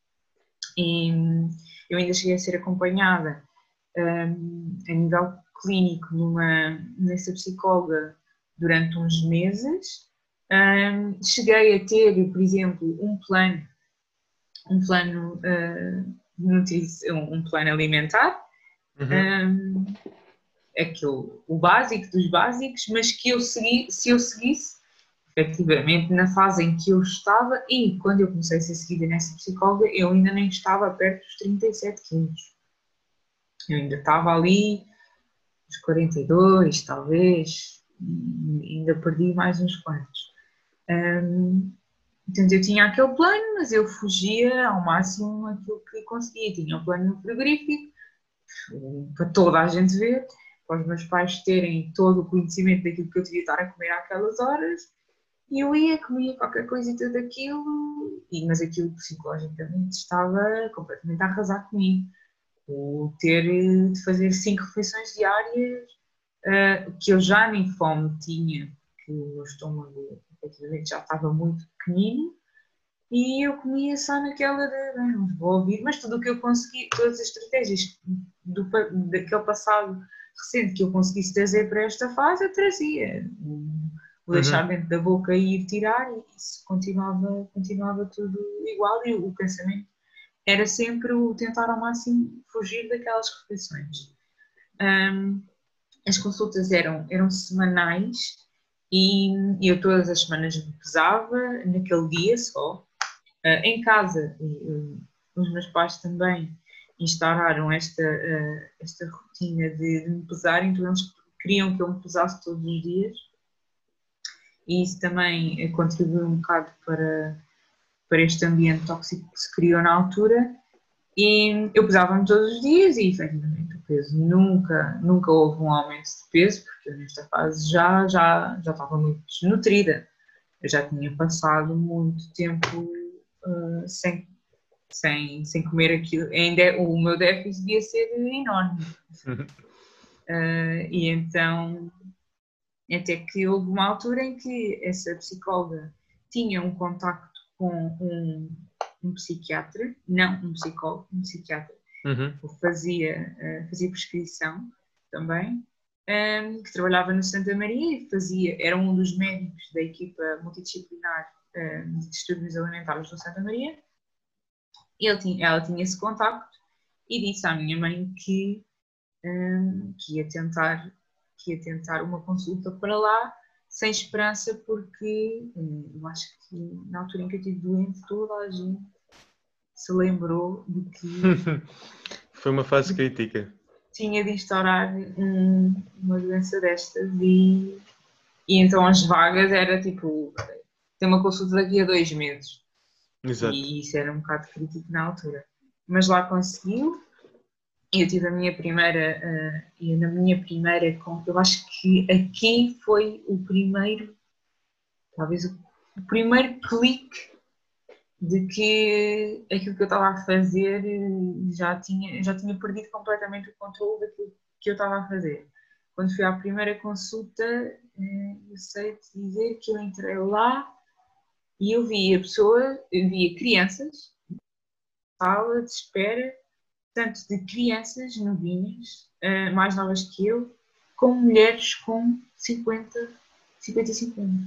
E eu ainda cheguei a ser acompanhada um, a nível clínico numa, nessa psicóloga durante uns meses. Um, cheguei a ter, por exemplo, um plano, um plano, uh, um, um plano alimentar, Uhum. um, aquele, o básico dos básicos, mas que eu segui, se eu seguisse, efetivamente, na fase em que eu estava, e quando eu comecei a ser seguida nessa psicóloga, eu ainda nem estava perto dos trinta e sete quilos. Eu ainda estava ali, uns quarenta e dois, talvez, e ainda perdi mais uns quantos. Um, Portanto, eu tinha aquele plano, mas eu fugia ao máximo aquilo que conseguia. Tinha um plano no frigorífico, para toda a gente ver, para os meus pais terem todo o conhecimento daquilo que eu devia estar a comer àquelas horas. E eu ia, comia qualquer coisa e tudo aquilo, e, mas aquilo psicologicamente estava completamente a arrasar comigo. O ter de fazer cinco refeições diárias, uh, que eu já nem fome tinha, porque o meu estômago efetivamente já estava muito pequenino, e eu comia só naquela de, bem, não vou ouvir, mas tudo o que eu consegui, todas as estratégias do, daquele passado recente que eu conseguisse trazer para esta fase, eu trazia. O deixar Uhum. dentro da boca e ir tirar, e isso continuava, continuava tudo igual, e o, o pensamento era sempre o tentar ao máximo fugir daquelas refeições. Um, as consultas eram, eram semanais, e eu todas as semanas me pesava, naquele dia só. Uh, em casa, uh, os meus pais também instauraram esta, uh, esta rotina de, de me pesar, então eles queriam que eu me pesasse todos os dias, e isso também uh, contribuiu um bocado para, para este ambiente tóxico que se criou na altura. E eu pesava-me todos os dias e, efetivamente, o peso nunca, nunca houve um aumento de peso, porque eu nesta fase já, já, já estava muito desnutrida. Eu já tinha passado muito tempo uh, sem, sem, sem comer aquilo. Ainda, o meu déficit devia ser enorme. Uhum. Uh, e então, até que houve uma altura em que essa psicóloga tinha um contacto com um, um psiquiatra, não um psicólogo, um psiquiatra, Uhum. que fazia, uh, fazia prescrição também, um, que trabalhava no Santa Maria e fazia, era um dos médicos da equipa multidisciplinar um, de distúrbios alimentares do Santa Maria. Ele tinha, ela tinha esse contacto e disse à minha mãe que, um, que, ia tentar, que ia tentar uma consulta para lá, sem esperança, porque um, eu acho que na altura em que eu estive doente, toda a gente se lembrou de que Foi uma fase crítica. tinha de instaurar um, uma doença destas e, e então as vagas era tipo, tem uma consulta daqui a dois meses. Exato. E isso era um bocado crítico na altura. Mas lá conseguiu. Eu tive a minha primeira, uh, e na minha primeira, eu acho que aqui foi o primeiro, talvez o, o primeiro clique de que aquilo que eu estava a fazer já tinha, já tinha perdido completamente o controle daquilo que eu estava a fazer. Quando fui à primeira consulta, eu sei te dizer que eu entrei lá e eu vi a pessoa, eu via crianças, sala de espera, tanto de crianças novinhas, uh, mais novas que eu, como mulheres com cinquenta, cinquenta e cinco anos.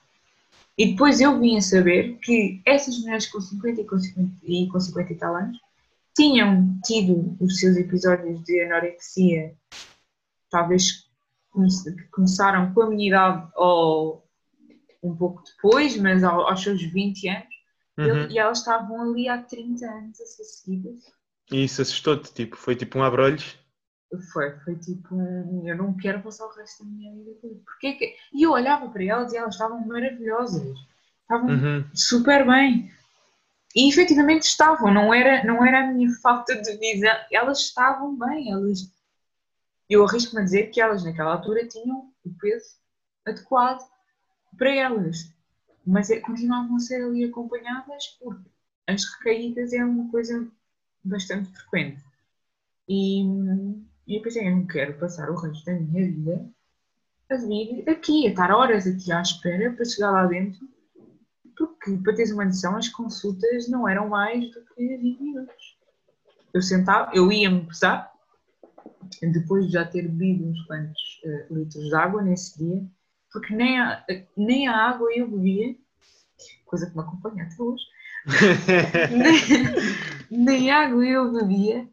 E depois eu vim a saber que essas mulheres com cinquenta e com cinquenta e, com cinquenta e tal anos tinham tido os seus episódios de anorexia, talvez que começaram com a minha idade ou um pouco depois, mas aos seus vinte anos, uhum. E elas estavam ali há trinta anos a ser seguidas. E isso assustou-te, tipo, foi tipo um abrolhos? Foi, foi tipo um, eu não quero passar o resto da minha vida com isso. Porque que... E eu olhava para elas e elas estavam maravilhosas, estavam uhum. super bem. E efetivamente estavam, não era, não era a minha falta de visão, elas estavam bem, elas... Eu arrisco-me a dizer que elas naquela altura tinham o peso adequado para elas, mas é, continuavam a ser ali acompanhadas porque as recaídas é uma coisa bastante frequente. E, e eu pensei, eu não quero passar o resto da minha vida a vir aqui, a estar horas aqui à espera para chegar lá dentro, porque, para teres uma noção, as consultas não eram mais do que vinte minutos. Eu sentava, eu ia-me pesar, depois de já ter bebido uns quantos uh, litros de água nesse dia, porque nem a, nem a água eu bebia, coisa que me acompanha até hoje, nem, nem água eu bebia,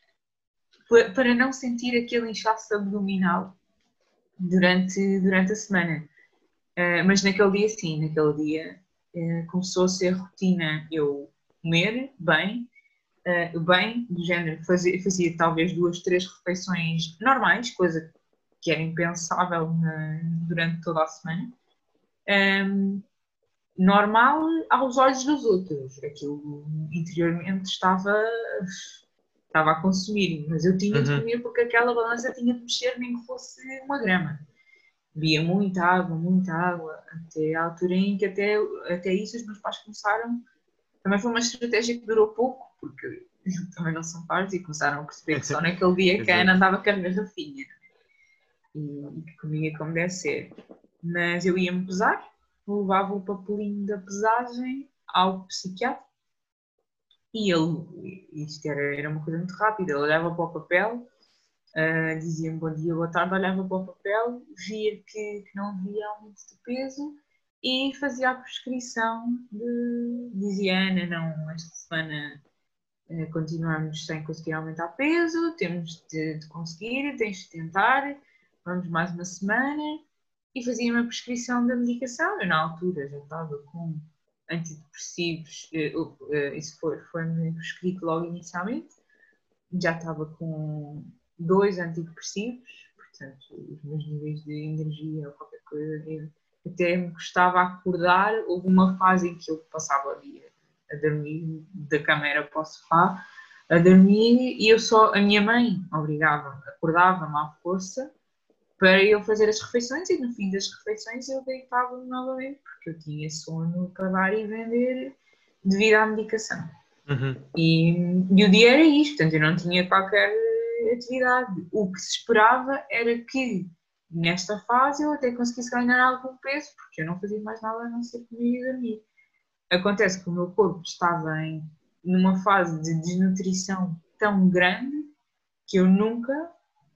para não sentir aquele inchaço abdominal durante, durante a semana. Uh, mas naquele dia sim, naquele dia uh, começou a ser rotina eu comer bem, uh, bem, do género, fazia, fazia talvez duas, três refeições normais, coisa que era impensável na, durante toda a semana. Um, normal aos olhos dos outros, aquilo interiormente estava... estava a consumir, mas eu tinha de uhum. comer porque aquela balança tinha de mexer nem que fosse uma grama. Bebia muita água, muita água, até à altura em que até, até isso os meus pais começaram, também foi uma estratégia que durou pouco, porque também não são pais e começaram a perceber que só naquele dia que a Ana andava com a garrafinha e, e que comia como deve ser. Mas eu ia-me pesar, levava o papelinho da pesagem ao psiquiatra. E ele, isto era, era uma coisa muito rápida, ele olhava para o papel, uh, dizia-me bom dia, boa tarde, olhava para o papel, via que, que não havia aumento de peso e fazia a prescrição de, dizia Ana, não, esta semana uh, continuamos sem conseguir aumentar peso, temos de, de conseguir, tens de tentar, vamos mais uma semana, e fazia-me a prescrição da medicação. Eu na altura já estava com antidepressivos, isso foi, foi-me prescrito logo inicialmente, já estava com dois antidepressivos, portanto os meus níveis de energia ou qualquer coisa, até me custava acordar. Houve uma fase em que eu passava o dia a dormir da cama era para o sofá, a dormir, e eu só, a minha mãe obrigava, acordava-me à força para eu fazer as refeições, e no fim das refeições eu deitava-me novamente porque eu tinha sono para dar e vender devido à medicação. Uhum. E, e o dia era isto, portanto eu não tinha qualquer atividade. O que se esperava era que nesta fase eu até conseguisse ganhar algum peso, porque eu não fazia mais nada a não ser comer e dormir. Acontece que o meu corpo estava em, numa fase de desnutrição tão grande que eu nunca...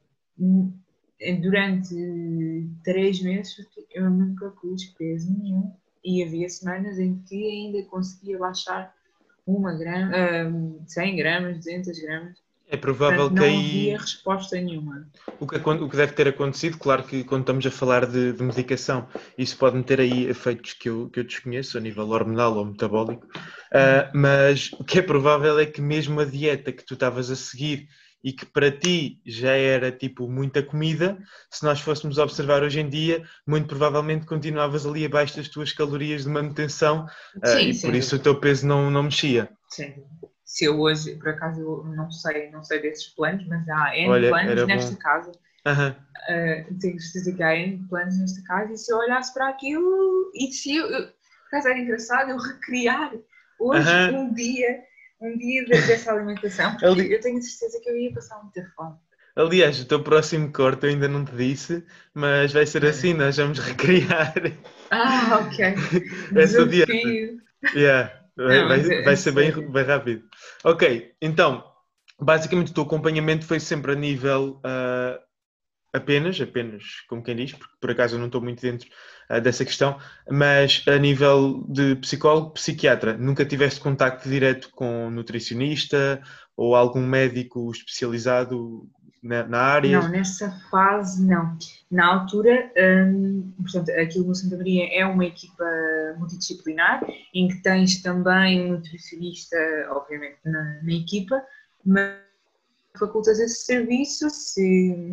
Durante três meses eu nunca pus peso nenhum, e havia semanas em que ainda conseguia baixar uma grama, cem gramas, duzentas gramas. É provável Portanto, que não aí havia resposta nenhuma. o que, acon- o que deve ter acontecido, claro que quando estamos a falar de, de medicação, isso pode ter aí efeitos que eu, que eu desconheço a nível hormonal ou metabólico, ah, mas o que é provável é que mesmo a dieta que tu estavas a seguir e que para ti já era tipo muita comida, se nós fôssemos observar hoje em dia, muito provavelmente continuavas ali abaixo das tuas calorias de manutenção, ah, Sim, e por sem isso o dúvida. teu peso não, não mexia. Sem dúvida. Se eu hoje, por acaso, eu não sei, não sei desses planos, mas há N Olha, planos era nesta bom. casa. Aham. Uh, tenho certeza que há N planos nesta casa, e se eu olhasse para aquilo e se eu, eu por acaso era engraçado eu recriar hoje Aham. um dia, um dia de- dessa alimentação, porque Ali- eu tenho certeza que eu ia passar muita fome. Aliás, o teu próximo corte eu ainda não te disse, mas vai ser assim, nós vamos recriar Ah, ok. essa dieta. Desafio. Yeah, vai, Não, mas vai, é, vai é ser bem, sério. bem rápido. Ok, então, basicamente o teu acompanhamento foi sempre a nível ah, apenas, apenas, como quem diz, porque por acaso eu não estou muito dentro ah, dessa questão, mas a nível de psicólogo, psiquiatra, nunca tiveste contacto direto com um nutricionista ou algum médico especializado na, na área? Não, nessa fase não. Na altura, hum, portanto, aquilo no Santa Maria é uma equipa multidisciplinar, em que tens também um nutricionista, obviamente, na, na equipa, mas facultas esse serviço se,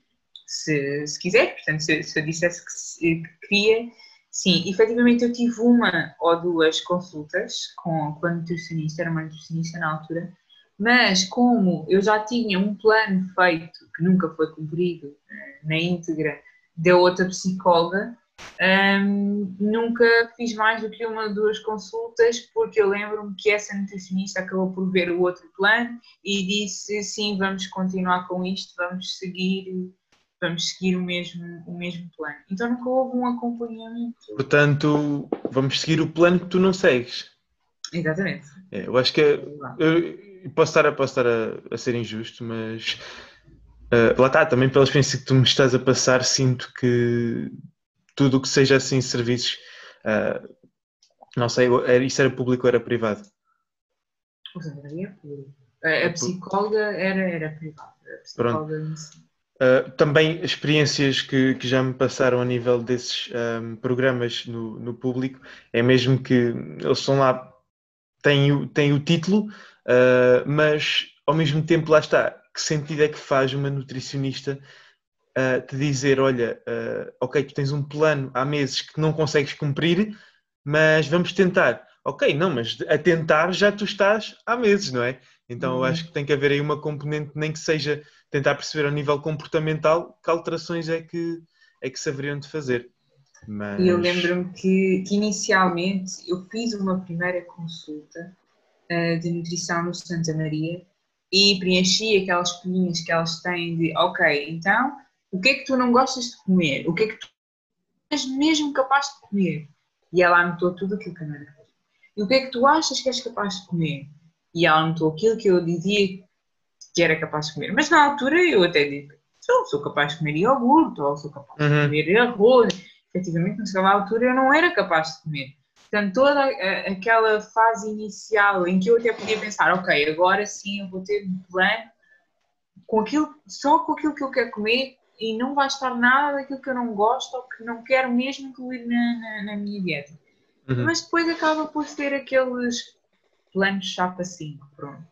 se, se quiser. Portanto, se, se eu dissesse que, se, que queria, sim, efetivamente eu tive uma ou duas consultas com, com a nutricionista, era uma nutricionista na altura, mas como eu já tinha um plano feito, que nunca foi cumprido eh, na íntegra, da outra psicóloga, hum, nunca fiz mais do que uma ou duas consultas, porque eu lembro-me que essa nutricionista acabou por ver o outro plano e disse, sim, vamos continuar com isto, vamos seguir, vamos seguir o mesmo, o mesmo plano. Então nunca houve um acompanhamento. Portanto, vamos seguir o plano que tu não segues. Exatamente. É, eu acho que é- eu posso estar, a, posso estar a, a ser injusto, mas uh, lá está, também pela experiência que tu me estás a passar, sinto que tudo o que seja assim serviços, uh, não sei, era, isso era público ou era privado? O Santa Maria é público. A, a psicóloga era, era privada. A Pronto. psicóloga em si. Uh, também experiências que, que já me passaram a nível desses um, programas no, no público, é mesmo que eles são lá, têm o, têm o título, uh, mas ao mesmo tempo lá está, que sentido é que faz uma nutricionista uh, te dizer, olha, uh, ok, tu tens um plano há meses que não consegues cumprir, mas vamos tentar. Ok, não, mas a tentar já tu estás há meses, não é? Então eu acho que tem que haver aí uma componente, nem que seja tentar perceber ao nível comportamental que alterações é que, é que se haveriam de fazer. Mas... E eu lembro-me que, que inicialmente eu fiz uma primeira consulta uh, de nutrição no Santa Maria e preenchi aquelas folhinhas que elas têm de, ok, então, o que é que tu não gostas de comer? O que é que tu és mesmo capaz de comer? E ela anotou tudo aquilo que eu não era capaz de comer. E o que é que tu achas que és capaz de comer? E ela anotou aquilo que eu dizia que era capaz de comer. Mas na altura eu até digo, sou, sou capaz de comer iogurte, ou sou capaz de Uhum. comer arroz. Efetivamente, naquela altura eu não era capaz de comer. Portanto, toda a, aquela fase inicial em que eu até podia pensar, ok, agora sim eu vou ter um plano com aquilo, só com aquilo que eu quero comer e não vai estar nada daquilo que eu não gosto ou que não quero mesmo incluir na, na, na minha dieta. Uhum. Mas depois acaba por ter aqueles planos chapa cinco, pronto.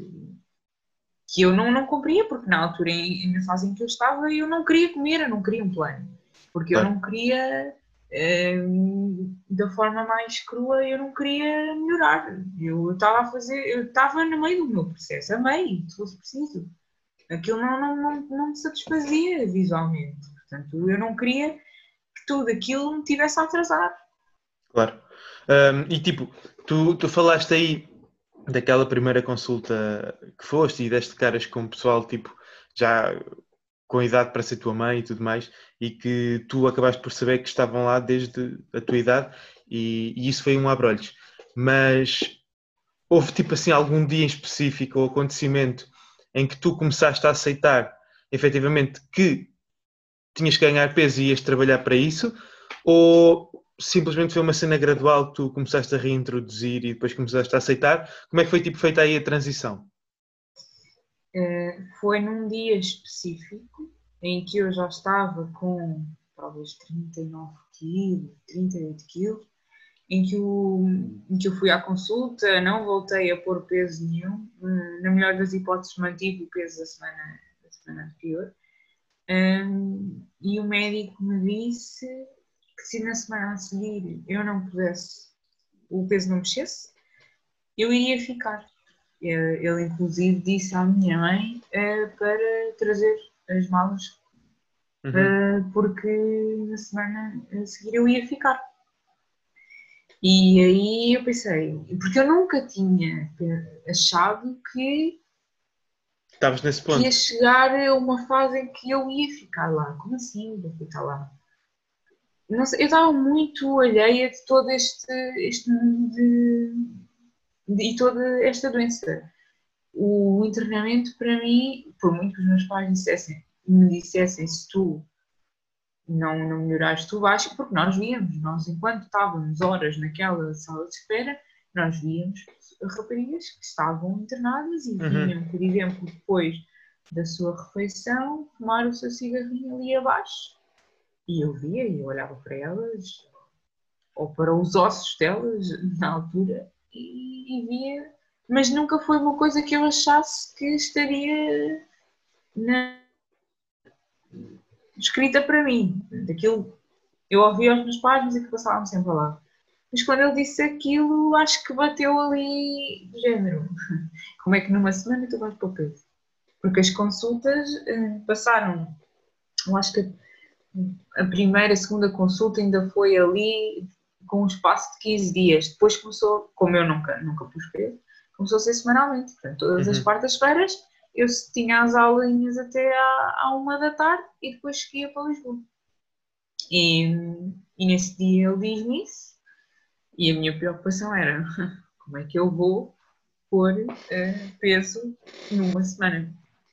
Que eu não, não cumpria, porque na altura, em, na fase em que eu estava, eu não queria comer, eu não queria um plano. Porque eu Claro. não queria, eh, da forma mais crua, eu não queria melhorar. Eu estava a fazer, eu estava no meio do meu processo, a meio, se fosse preciso. Aquilo não, não, não, não me satisfazia visualmente. Portanto, eu não queria que tudo aquilo me tivesse a atrasar. Claro. Um, e tipo, tu, tu falaste aí daquela primeira consulta que foste e deste caras com o pessoal, tipo, já com idade para ser tua mãe e tudo mais, e que tu acabaste por saber que estavam lá desde a tua idade e, e isso foi um abrolhos. Mas houve tipo assim algum dia em específico ou acontecimento em que tu começaste a aceitar efetivamente que tinhas que ganhar peso e ias trabalhar para isso, ou simplesmente foi uma cena gradual que tu começaste a reintroduzir e depois começaste a aceitar? Como é que foi tipo feita aí a transição? Uh, foi num dia específico em que eu já estava com talvez trinta e nove quilos, trinta e oito quilos, em que, eu, em que eu fui à consulta, não voltei a pôr peso nenhum, uh, na melhor das hipóteses mantive o peso da semana, da semana anterior, um, e o médico me disse que se na semana a seguir eu não pudesse, o peso não mexesse, eu iria ficar. Ele, inclusive, disse à minha mãe uh, para trazer as malas, uhum. uh, porque na semana a seguir eu ia ficar. E aí eu pensei, porque eu nunca tinha achado que, Estavas nesse ponto. que ia chegar a uma fase em que eu ia ficar lá. Como assim vou ficar lá? Não sei, eu estava muito alheia de todo este, este mundo de, de, e toda esta doença. O internamento, para mim, por muito que os meus pais dissessem, me dissessem, se tu não, não melhorares, tu vais, porque nós víamos, nós enquanto estávamos horas naquela sala de espera, nós víamos raparigas que estavam internadas e vinham, uhum. por exemplo, depois da sua refeição, tomar o seu cigarrinho ali abaixo. E eu via e eu olhava para elas, ou para os ossos delas, na altura, e, e via... Mas nunca foi uma coisa que eu achasse que estaria na... escrita para mim. Daquilo eu ouvia aos meus pais, mas é que passavam sempre lá. Mas quando ele disse aquilo, acho que bateu ali do género. Como é que numa semana tu vais para o peso? Porque as consultas eh, passaram, eu acho que a primeira, a segunda consulta ainda foi ali com um espaço de quinze dias. Depois começou, como eu nunca, nunca pus peso, começou a ser semanalmente. Portanto, todas uhum. as quartas-feiras eu tinha as aulinhas até à, à uma da tarde e depois seguia para Lisboa. E, e nesse dia ele diz-me isso e a minha preocupação era como é que eu vou pôr uh, peso numa semana.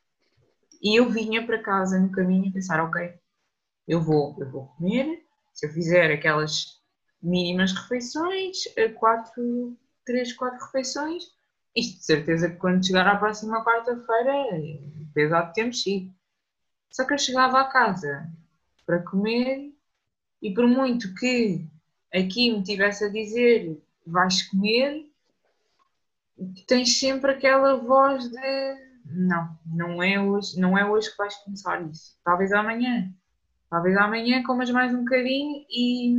E eu vinha para casa no caminho a pensar, ok, eu vou, eu vou comer, se eu fizer aquelas mínimas refeições, quatro, três, quatro refeições, isto de certeza que quando chegar à próxima quarta-feira, o peso há de ter mexido. Só que eu chegava à casa para comer e por muito que aqui me tivesse a dizer vais comer, tens sempre aquela voz de não, não é hoje, não é hoje que vais começar isso. Talvez amanhã. Talvez amanhã comas mais um bocadinho e,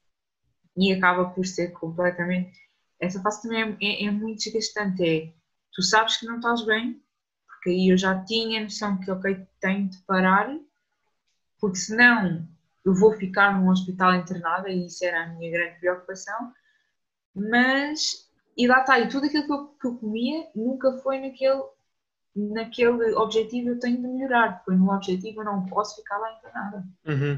e acaba por ser completamente... Essa fase também é, é, é muito desgastante. É, tu sabes que não estás bem, porque aí eu já tinha a noção que, ok, tenho de parar, porque senão eu vou ficar num hospital internada e isso era a minha grande preocupação. Mas, e lá está, e tudo aquilo que eu, que eu comia nunca foi naquele, naquele objetivo eu tenho de melhorar, foi no objetivo eu não posso ficar lá internada. Uhum.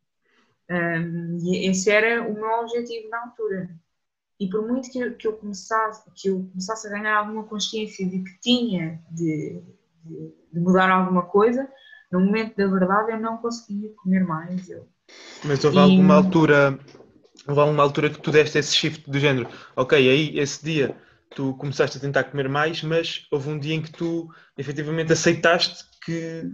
Um, e esse era o meu objetivo na altura. E por muito que eu, que eu, começasse, que eu começasse a ganhar alguma consciência de que tinha de, de, de mudar alguma coisa, no momento da verdade eu não conseguia comer mais. Eu... Mas houve e... alguma altura, houve alguma altura que tu deste esse shift do género, ok, aí esse dia tu começaste a tentar comer mais, mas houve um dia em que tu efetivamente aceitaste que...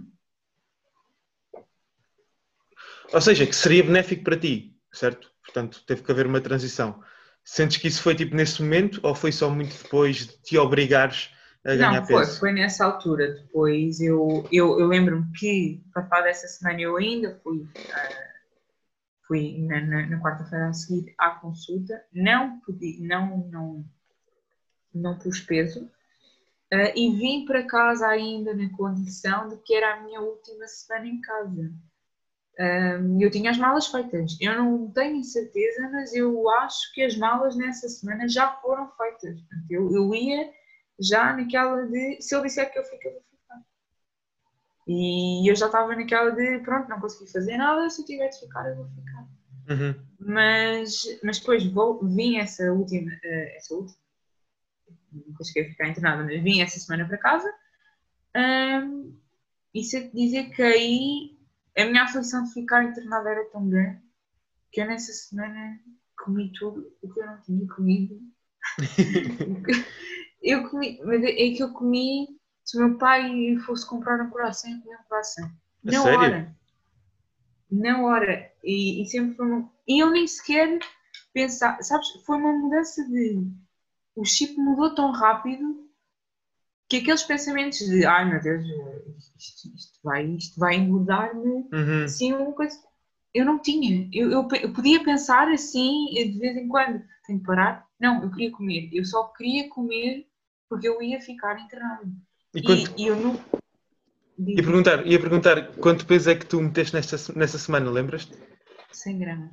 Ou seja, que seria benéfico para ti, certo? Portanto, teve que haver uma transição. Sentes que isso foi tipo nesse momento ou foi só muito depois de te obrigares a ganhar não, foi, peso? foi nessa altura. Depois eu, eu, eu lembro-me que, passada essa semana, eu ainda fui, uh, fui na, na, na quarta-feira a seguir à consulta, não, pedi, não, não, não pus peso uh, e vim para casa ainda na condição de que era a minha última semana em casa. Um, eu tinha as malas feitas. Eu não tenho certeza, mas eu acho que as malas nessa semana já foram feitas. Portanto, eu, eu ia já naquela de... Se eu disser que eu fico, eu vou ficar. E eu já estava naquela de... Pronto, não consegui fazer nada. Se eu tiver de ficar, eu vou ficar. Uhum. Mas, mas depois vou, vim essa última... Uh, essa última... Nunca cheguei a ficar internada, mas vim essa semana para casa. Um, e se eu te dizer que aí... A minha aflição de ficar internada era tão grande que eu nessa semana comi tudo o que eu não tinha comido. eu comi, mas é que eu comi se o meu pai fosse comprar um coração, eu comia um coração. A Na sério? hora. Na hora. E, e sempre foi uma... E eu nem sequer pensava... Sabes, foi uma mudança de... O chip mudou tão rápido que aqueles pensamentos de ai meu Deus, isto, isto vai, isto vai engordar-me, Uhum. assim, uma coisa... Eu não tinha. Eu, eu, eu podia pensar assim, de vez em quando, tenho que parar. Não, eu queria comer. Eu só queria comer porque eu ia ficar internada. E, E, quanto... e eu não... ia, perguntar, ia perguntar quanto peso é que tu meteste nesta, nessa semana, lembras-te? cem gramas.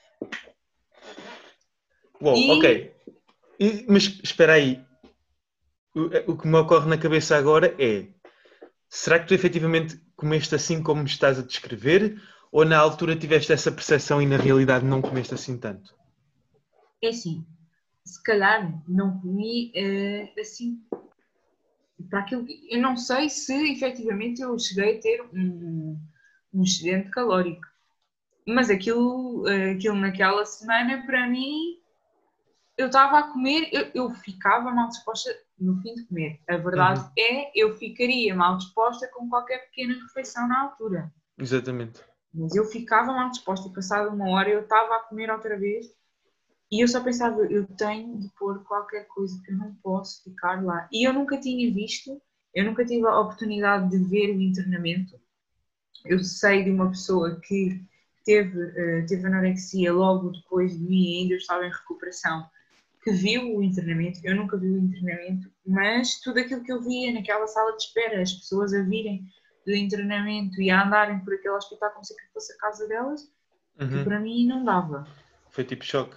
Uou, E- ok. E- mas espera aí. O, o que me ocorre na cabeça agora é: será que tu efetivamente comeste assim como me estás a descrever? Ou na altura tiveste essa percepção e na realidade não comeste assim tanto? É assim, se calhar não comi eh, assim para aquilo que... Eu não sei se efetivamente eu cheguei a ter um, um excedente calórico, mas aquilo, eh, aquilo naquela semana para mim, eu estava a comer, eu, eu ficava mal disposta no fim de comer. A verdade Uhum. é, eu ficaria mal disposta com qualquer pequena refeição na altura. Exatamente. Mas eu ficava mal disposta e passada uma hora eu estava a comer outra vez e eu só pensava, eu tenho de pôr qualquer coisa que eu não posso ficar lá. E eu nunca tinha visto, eu nunca tive a oportunidade de ver o internamento. Eu sei de uma pessoa que teve, uh, teve anorexia logo depois de mim, ainda eu estava em recuperação, que viu o internamento. Eu nunca vi o internamento, mas tudo aquilo que eu via naquela sala de espera, as pessoas a virem do internamento e a andarem por aquele hospital como se aquilo fosse a casa delas, que Uhum. para mim não dava. Foi tipo choque.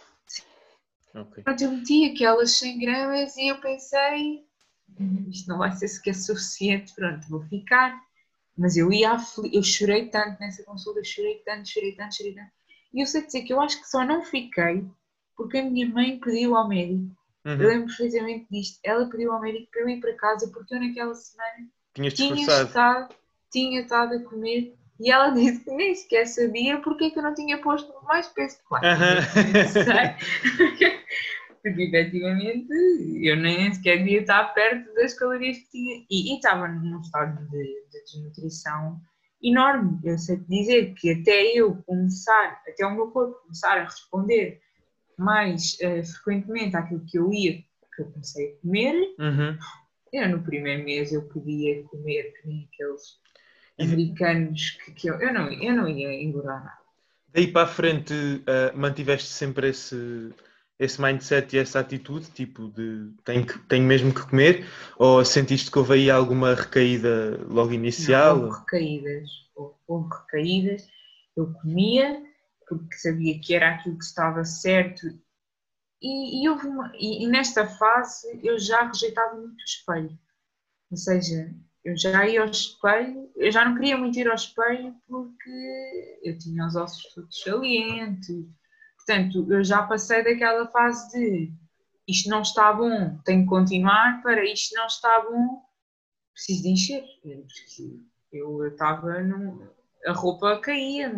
Ok. Pronto, eu meti aquelas cem gramas e eu pensei, isto não vai ser sequer suficiente, pronto, vou ficar. Mas eu ia afli... eu chorei tanto nessa consulta, chorei tanto, chorei tanto, chorei tanto. E eu sei dizer que eu acho que só não fiquei porque a minha mãe pediu ao médico. Uhum. Eu lembro perfeitamente disto. Ela pediu ao médico para eu ir para casa porque eu naquela semana Tinhas tinha disfarçado. estado, tinha estado a comer e ela disse que nem sequer sabia porque é que eu não tinha posto mais peso. Claro, Uhum. sei. Porque efetivamente eu nem sequer devia estar perto das calorias que tinha. E, e estava num estado de, de desnutrição enorme. Eu sei te dizer que até eu começar, até o meu corpo começar a responder mais uh, frequentemente àquilo que eu ia, que eu comecei a comer, Uhum. eu no primeiro mês eu podia comer que nem aqueles E americanos que, que eu, eu, não, eu não ia engordar nada. daí para a frente uh, mantiveste sempre esse, esse mindset e essa atitude, tipo de tenho, que, tenho mesmo que comer, ou sentiste que houve aí alguma recaída logo inicial? Não, houve recaídas, houve, houve recaídas, eu comia porque sabia que era aquilo que estava certo e, e, houve uma, e, e nesta fase eu já rejeitava muito o espelho, ou seja, eu já ia ao espelho, eu já não queria muito ir ao espelho porque eu tinha os ossos todos salientes, portanto eu já passei daquela fase de isto não está bom, tenho que continuar, para isto não está bom, preciso de encher. Eu estava num... a roupa caía.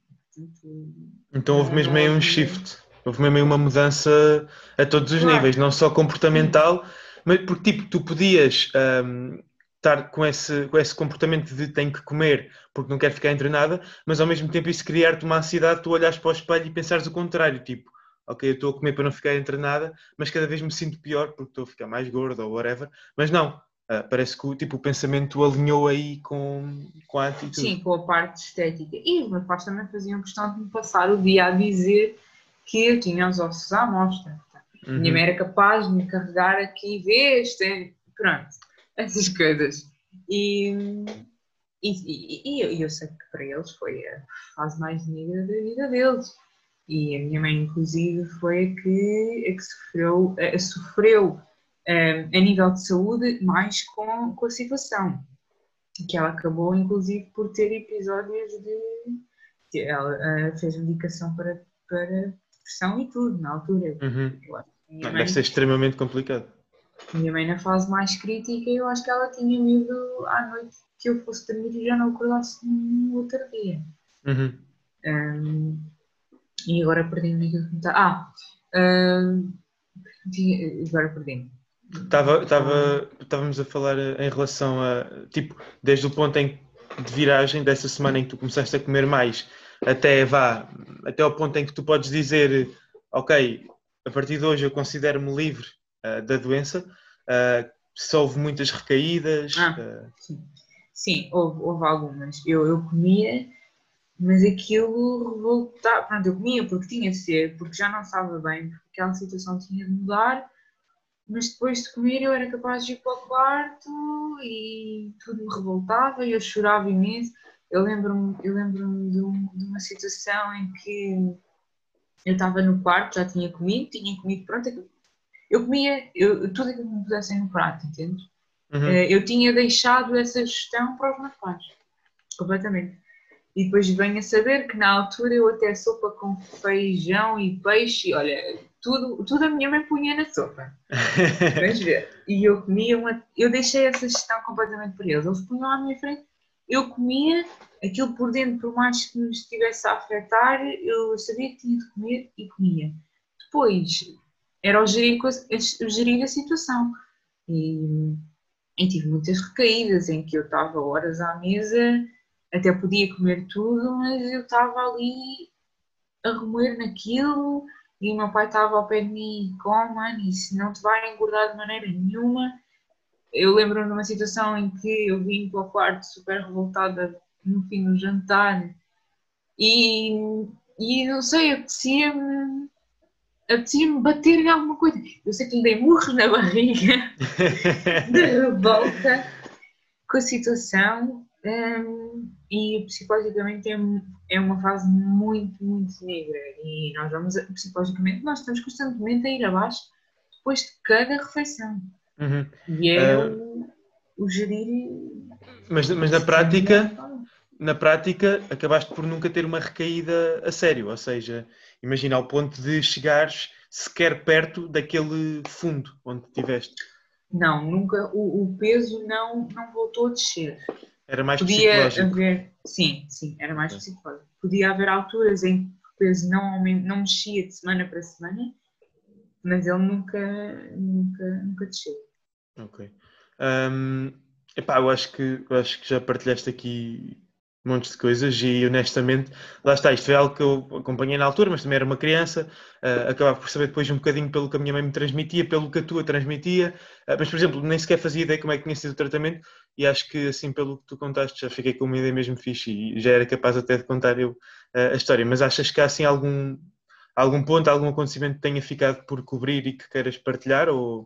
Então houve Não, mesmo não aí um havia. shift, houve mesmo aí uma mudança a todos os Claro, níveis, não só comportamental, mas porque tipo, tu podias um, estar com esse, com esse comportamento de tenho que comer porque não quero ficar internada, mas ao mesmo tempo isso criar-te uma ansiedade, tu olhares para o espelho e pensares o contrário, tipo, ok, eu estou a comer para não ficar internada, mas cada vez me sinto pior porque estou a ficar mais gorda ou whatever, mas não. Uh, parece que tipo, o pensamento alinhou aí com, com a atitude. sim, com a parte estética. E os meus pais também faziam questão de me passar o dia a dizer que eu tinha os ossos à mostra. Uhum. Minha mãe era capaz de me carregar aqui, vês, tem... pronto, essas coisas. E, e, e, e eu sei que para eles foi a fase mais negra da vida deles. E a minha mãe, inclusive, foi a que, a que sofreu, a, a sofreu Um, a nível de saúde, mais com, com a situação, que ela acabou inclusive por ter episódios de, de ela uh, fez medicação para, para depressão e tudo na altura. Uhum. Eu acho que minha Não, mãe, deve ser extremamente complicado. Minha mãe na fase mais crítica, eu acho que ela tinha medo à noite que eu fosse dormir e já não acordasse no outro dia. Uhum. Um, e agora perdi-me naquilo que me está... Ah! Um, tinha, agora perdi-me. Estava estávamos a falar em relação a, tipo, desde o ponto em, de viragem dessa semana em que tu começaste a comer mais, até vá, até ao ponto em que tu podes dizer, ok, a partir de hoje eu considero-me livre uh, da doença, uh, se houve muitas recaídas. Ah, uh... sim, sim houve, houve algumas. Eu, eu comia, mas aquilo revoltava. Pronto, eu comia porque tinha de ser, porque já não estava bem, porque aquela situação tinha de mudar. Mas depois de comer eu era capaz de ir para o quarto e tudo me revoltava e eu chorava imenso. Eu lembro-me eu lembro-me de, um, de uma situação em que eu estava no quarto, já tinha comido, tinha comido, pronto, eu comia eu, tudo aquilo que me pusessem no prato, entende? Uhum. Eu tinha deixado essa gestão para os meus pais, completamente. E depois venho a saber que na altura eu até sopa com feijão e peixe, olha, tudo, tudo a minha mãe punha na sopa. Vamos ver. E eu comia uma. Eu deixei essa gestão completamente por eles. Eles punham à minha frente, eu comia aquilo por dentro, por mais que me estivesse a afetar, eu sabia que tinha de comer e comia. Depois era o gerir, o gerir a situação. E, e tive muitas recaídas em que eu estava horas à mesa. Até podia comer tudo, mas eu estava ali a remoer naquilo e o meu pai estava ao pé de mim, come, mano, isso não te vai engordar de maneira nenhuma. Eu lembro-me de uma situação em que eu vim para o quarto super revoltada no fim do jantar e, e não sei, apetecia-me apetecia-me bater em alguma coisa. Eu sei que lhe dei murros na barriga de revolta com a situação. Um, e psicologicamente é, é uma fase muito, muito negra e nós vamos, psicologicamente, nós estamos constantemente a ir abaixo depois de cada refeição. Uhum. E é uh, o, o gerir... Mas, mas na prática, na prática, acabaste por nunca ter uma recaída a sério, ou seja, imagina ao ponto de chegares sequer perto daquele fundo onde estiveste. Não, nunca, o, o peso não, não voltou a descer. Era mais Podia psicológico. Haver, sim, sim, era mais okay. psicológico. Podia haver alturas em que o peso não, não mexia de semana para semana, mas ele nunca, nunca, nunca desceu. Ok. Um, epá, eu acho que, eu acho que já partilhaste aqui montes de coisas e honestamente, lá está, isto foi algo que eu acompanhei na altura, mas também era uma criança, uh, acabava por saber depois um bocadinho pelo que a minha mãe me transmitia, pelo que a tua transmitia, uh, mas por exemplo, nem sequer fazia ideia como é que tinha sido o tratamento e acho que assim pelo que tu contaste já fiquei com uma ideia mesmo fixe e já era capaz até de contar eu uh, a história, mas achas que há assim algum, algum ponto, algum acontecimento que tenha ficado por cobrir e que queiras partilhar ou...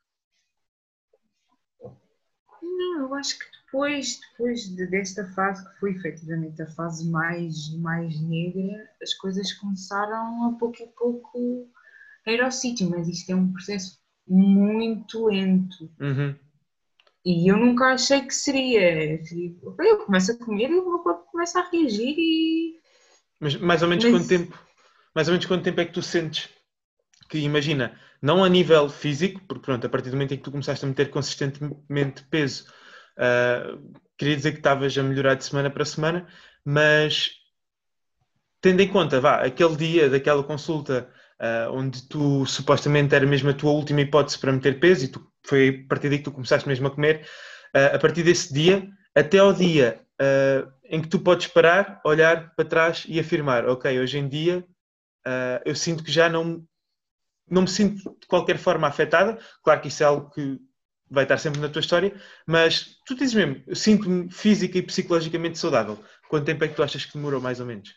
Não, eu acho que depois, depois de, desta fase, que foi efetivamente a fase mais, mais negra, as coisas começaram a pouco a pouco a ir ao sítio, mas isto é um processo muito lento. Uhum. E eu nunca achei que seria. Eu começo a comer e o meu corpo começa a reagir e... Mas mais ou menos mas... quanto tempo, mais ou menos quanto tempo é que tu sentes que, imagina, não a nível físico, porque pronto, a partir do momento em que tu começaste a meter consistentemente peso, uh, queria dizer que estavas a melhorar de semana para semana, mas tendo em conta, vá, aquele dia daquela consulta uh, onde tu supostamente era mesmo a tua última hipótese para meter peso e tu, foi a partir daí que tu começaste mesmo a comer, uh, a partir desse dia, até ao dia uh, em que tu podes parar, olhar para trás e afirmar, ok, hoje em dia uh, eu sinto que já não não me sinto de qualquer forma afetada, claro que isso é algo que vai estar sempre na tua história, mas tu dizes mesmo, eu sinto-me física e psicologicamente saudável. Quanto tempo é que tu achas que demorou, mais ou menos?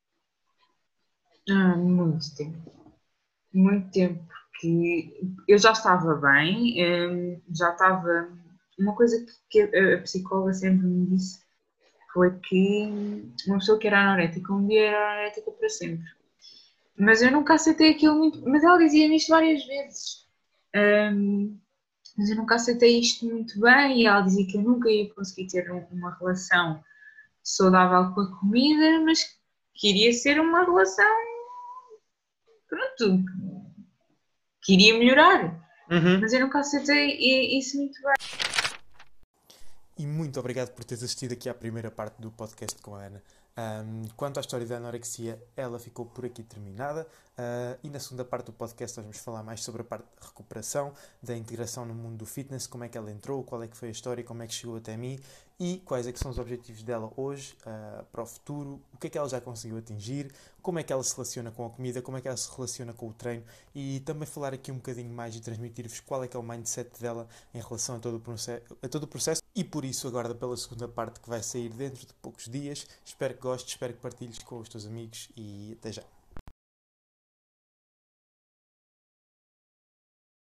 Ah, muito tempo. Muito tempo, porque eu já estava bem, já estava... Uma coisa que a psicóloga sempre me disse foi que uma pessoa que era anorética, um dia era anorética para sempre. Mas eu nunca aceitei aquilo muito... Mas ela dizia-me isto várias vezes. Um, mas eu nunca aceitei isto muito bem e ela dizia que eu nunca ia conseguir ter uma relação saudável com a comida, mas que iria ser uma relação... Pronto, que iria melhorar. Uhum. Mas eu nunca aceitei isso muito bem. E muito obrigado por teres assistido aqui à primeira parte do podcast com a Ana. Um, quanto à história da anorexia, ela ficou por aqui terminada, uh, e na segunda parte do podcast nós vamos falar mais sobre a parte de recuperação, da integração no mundo do fitness, como é que ela entrou, qual é que foi a história, como é que chegou até mim e quais é que são os objetivos dela hoje, uh, para o futuro, o que é que ela já conseguiu atingir, como é que ela se relaciona com a comida, como é que ela se relaciona com o treino e também falar aqui um bocadinho mais e transmitir-vos qual é que é o mindset dela em relação a todo o processo, a todo o processo. E por isso aguarda pela segunda parte que vai sair dentro de poucos dias. Espero que gostes, espero que partilhes com os teus amigos e até já.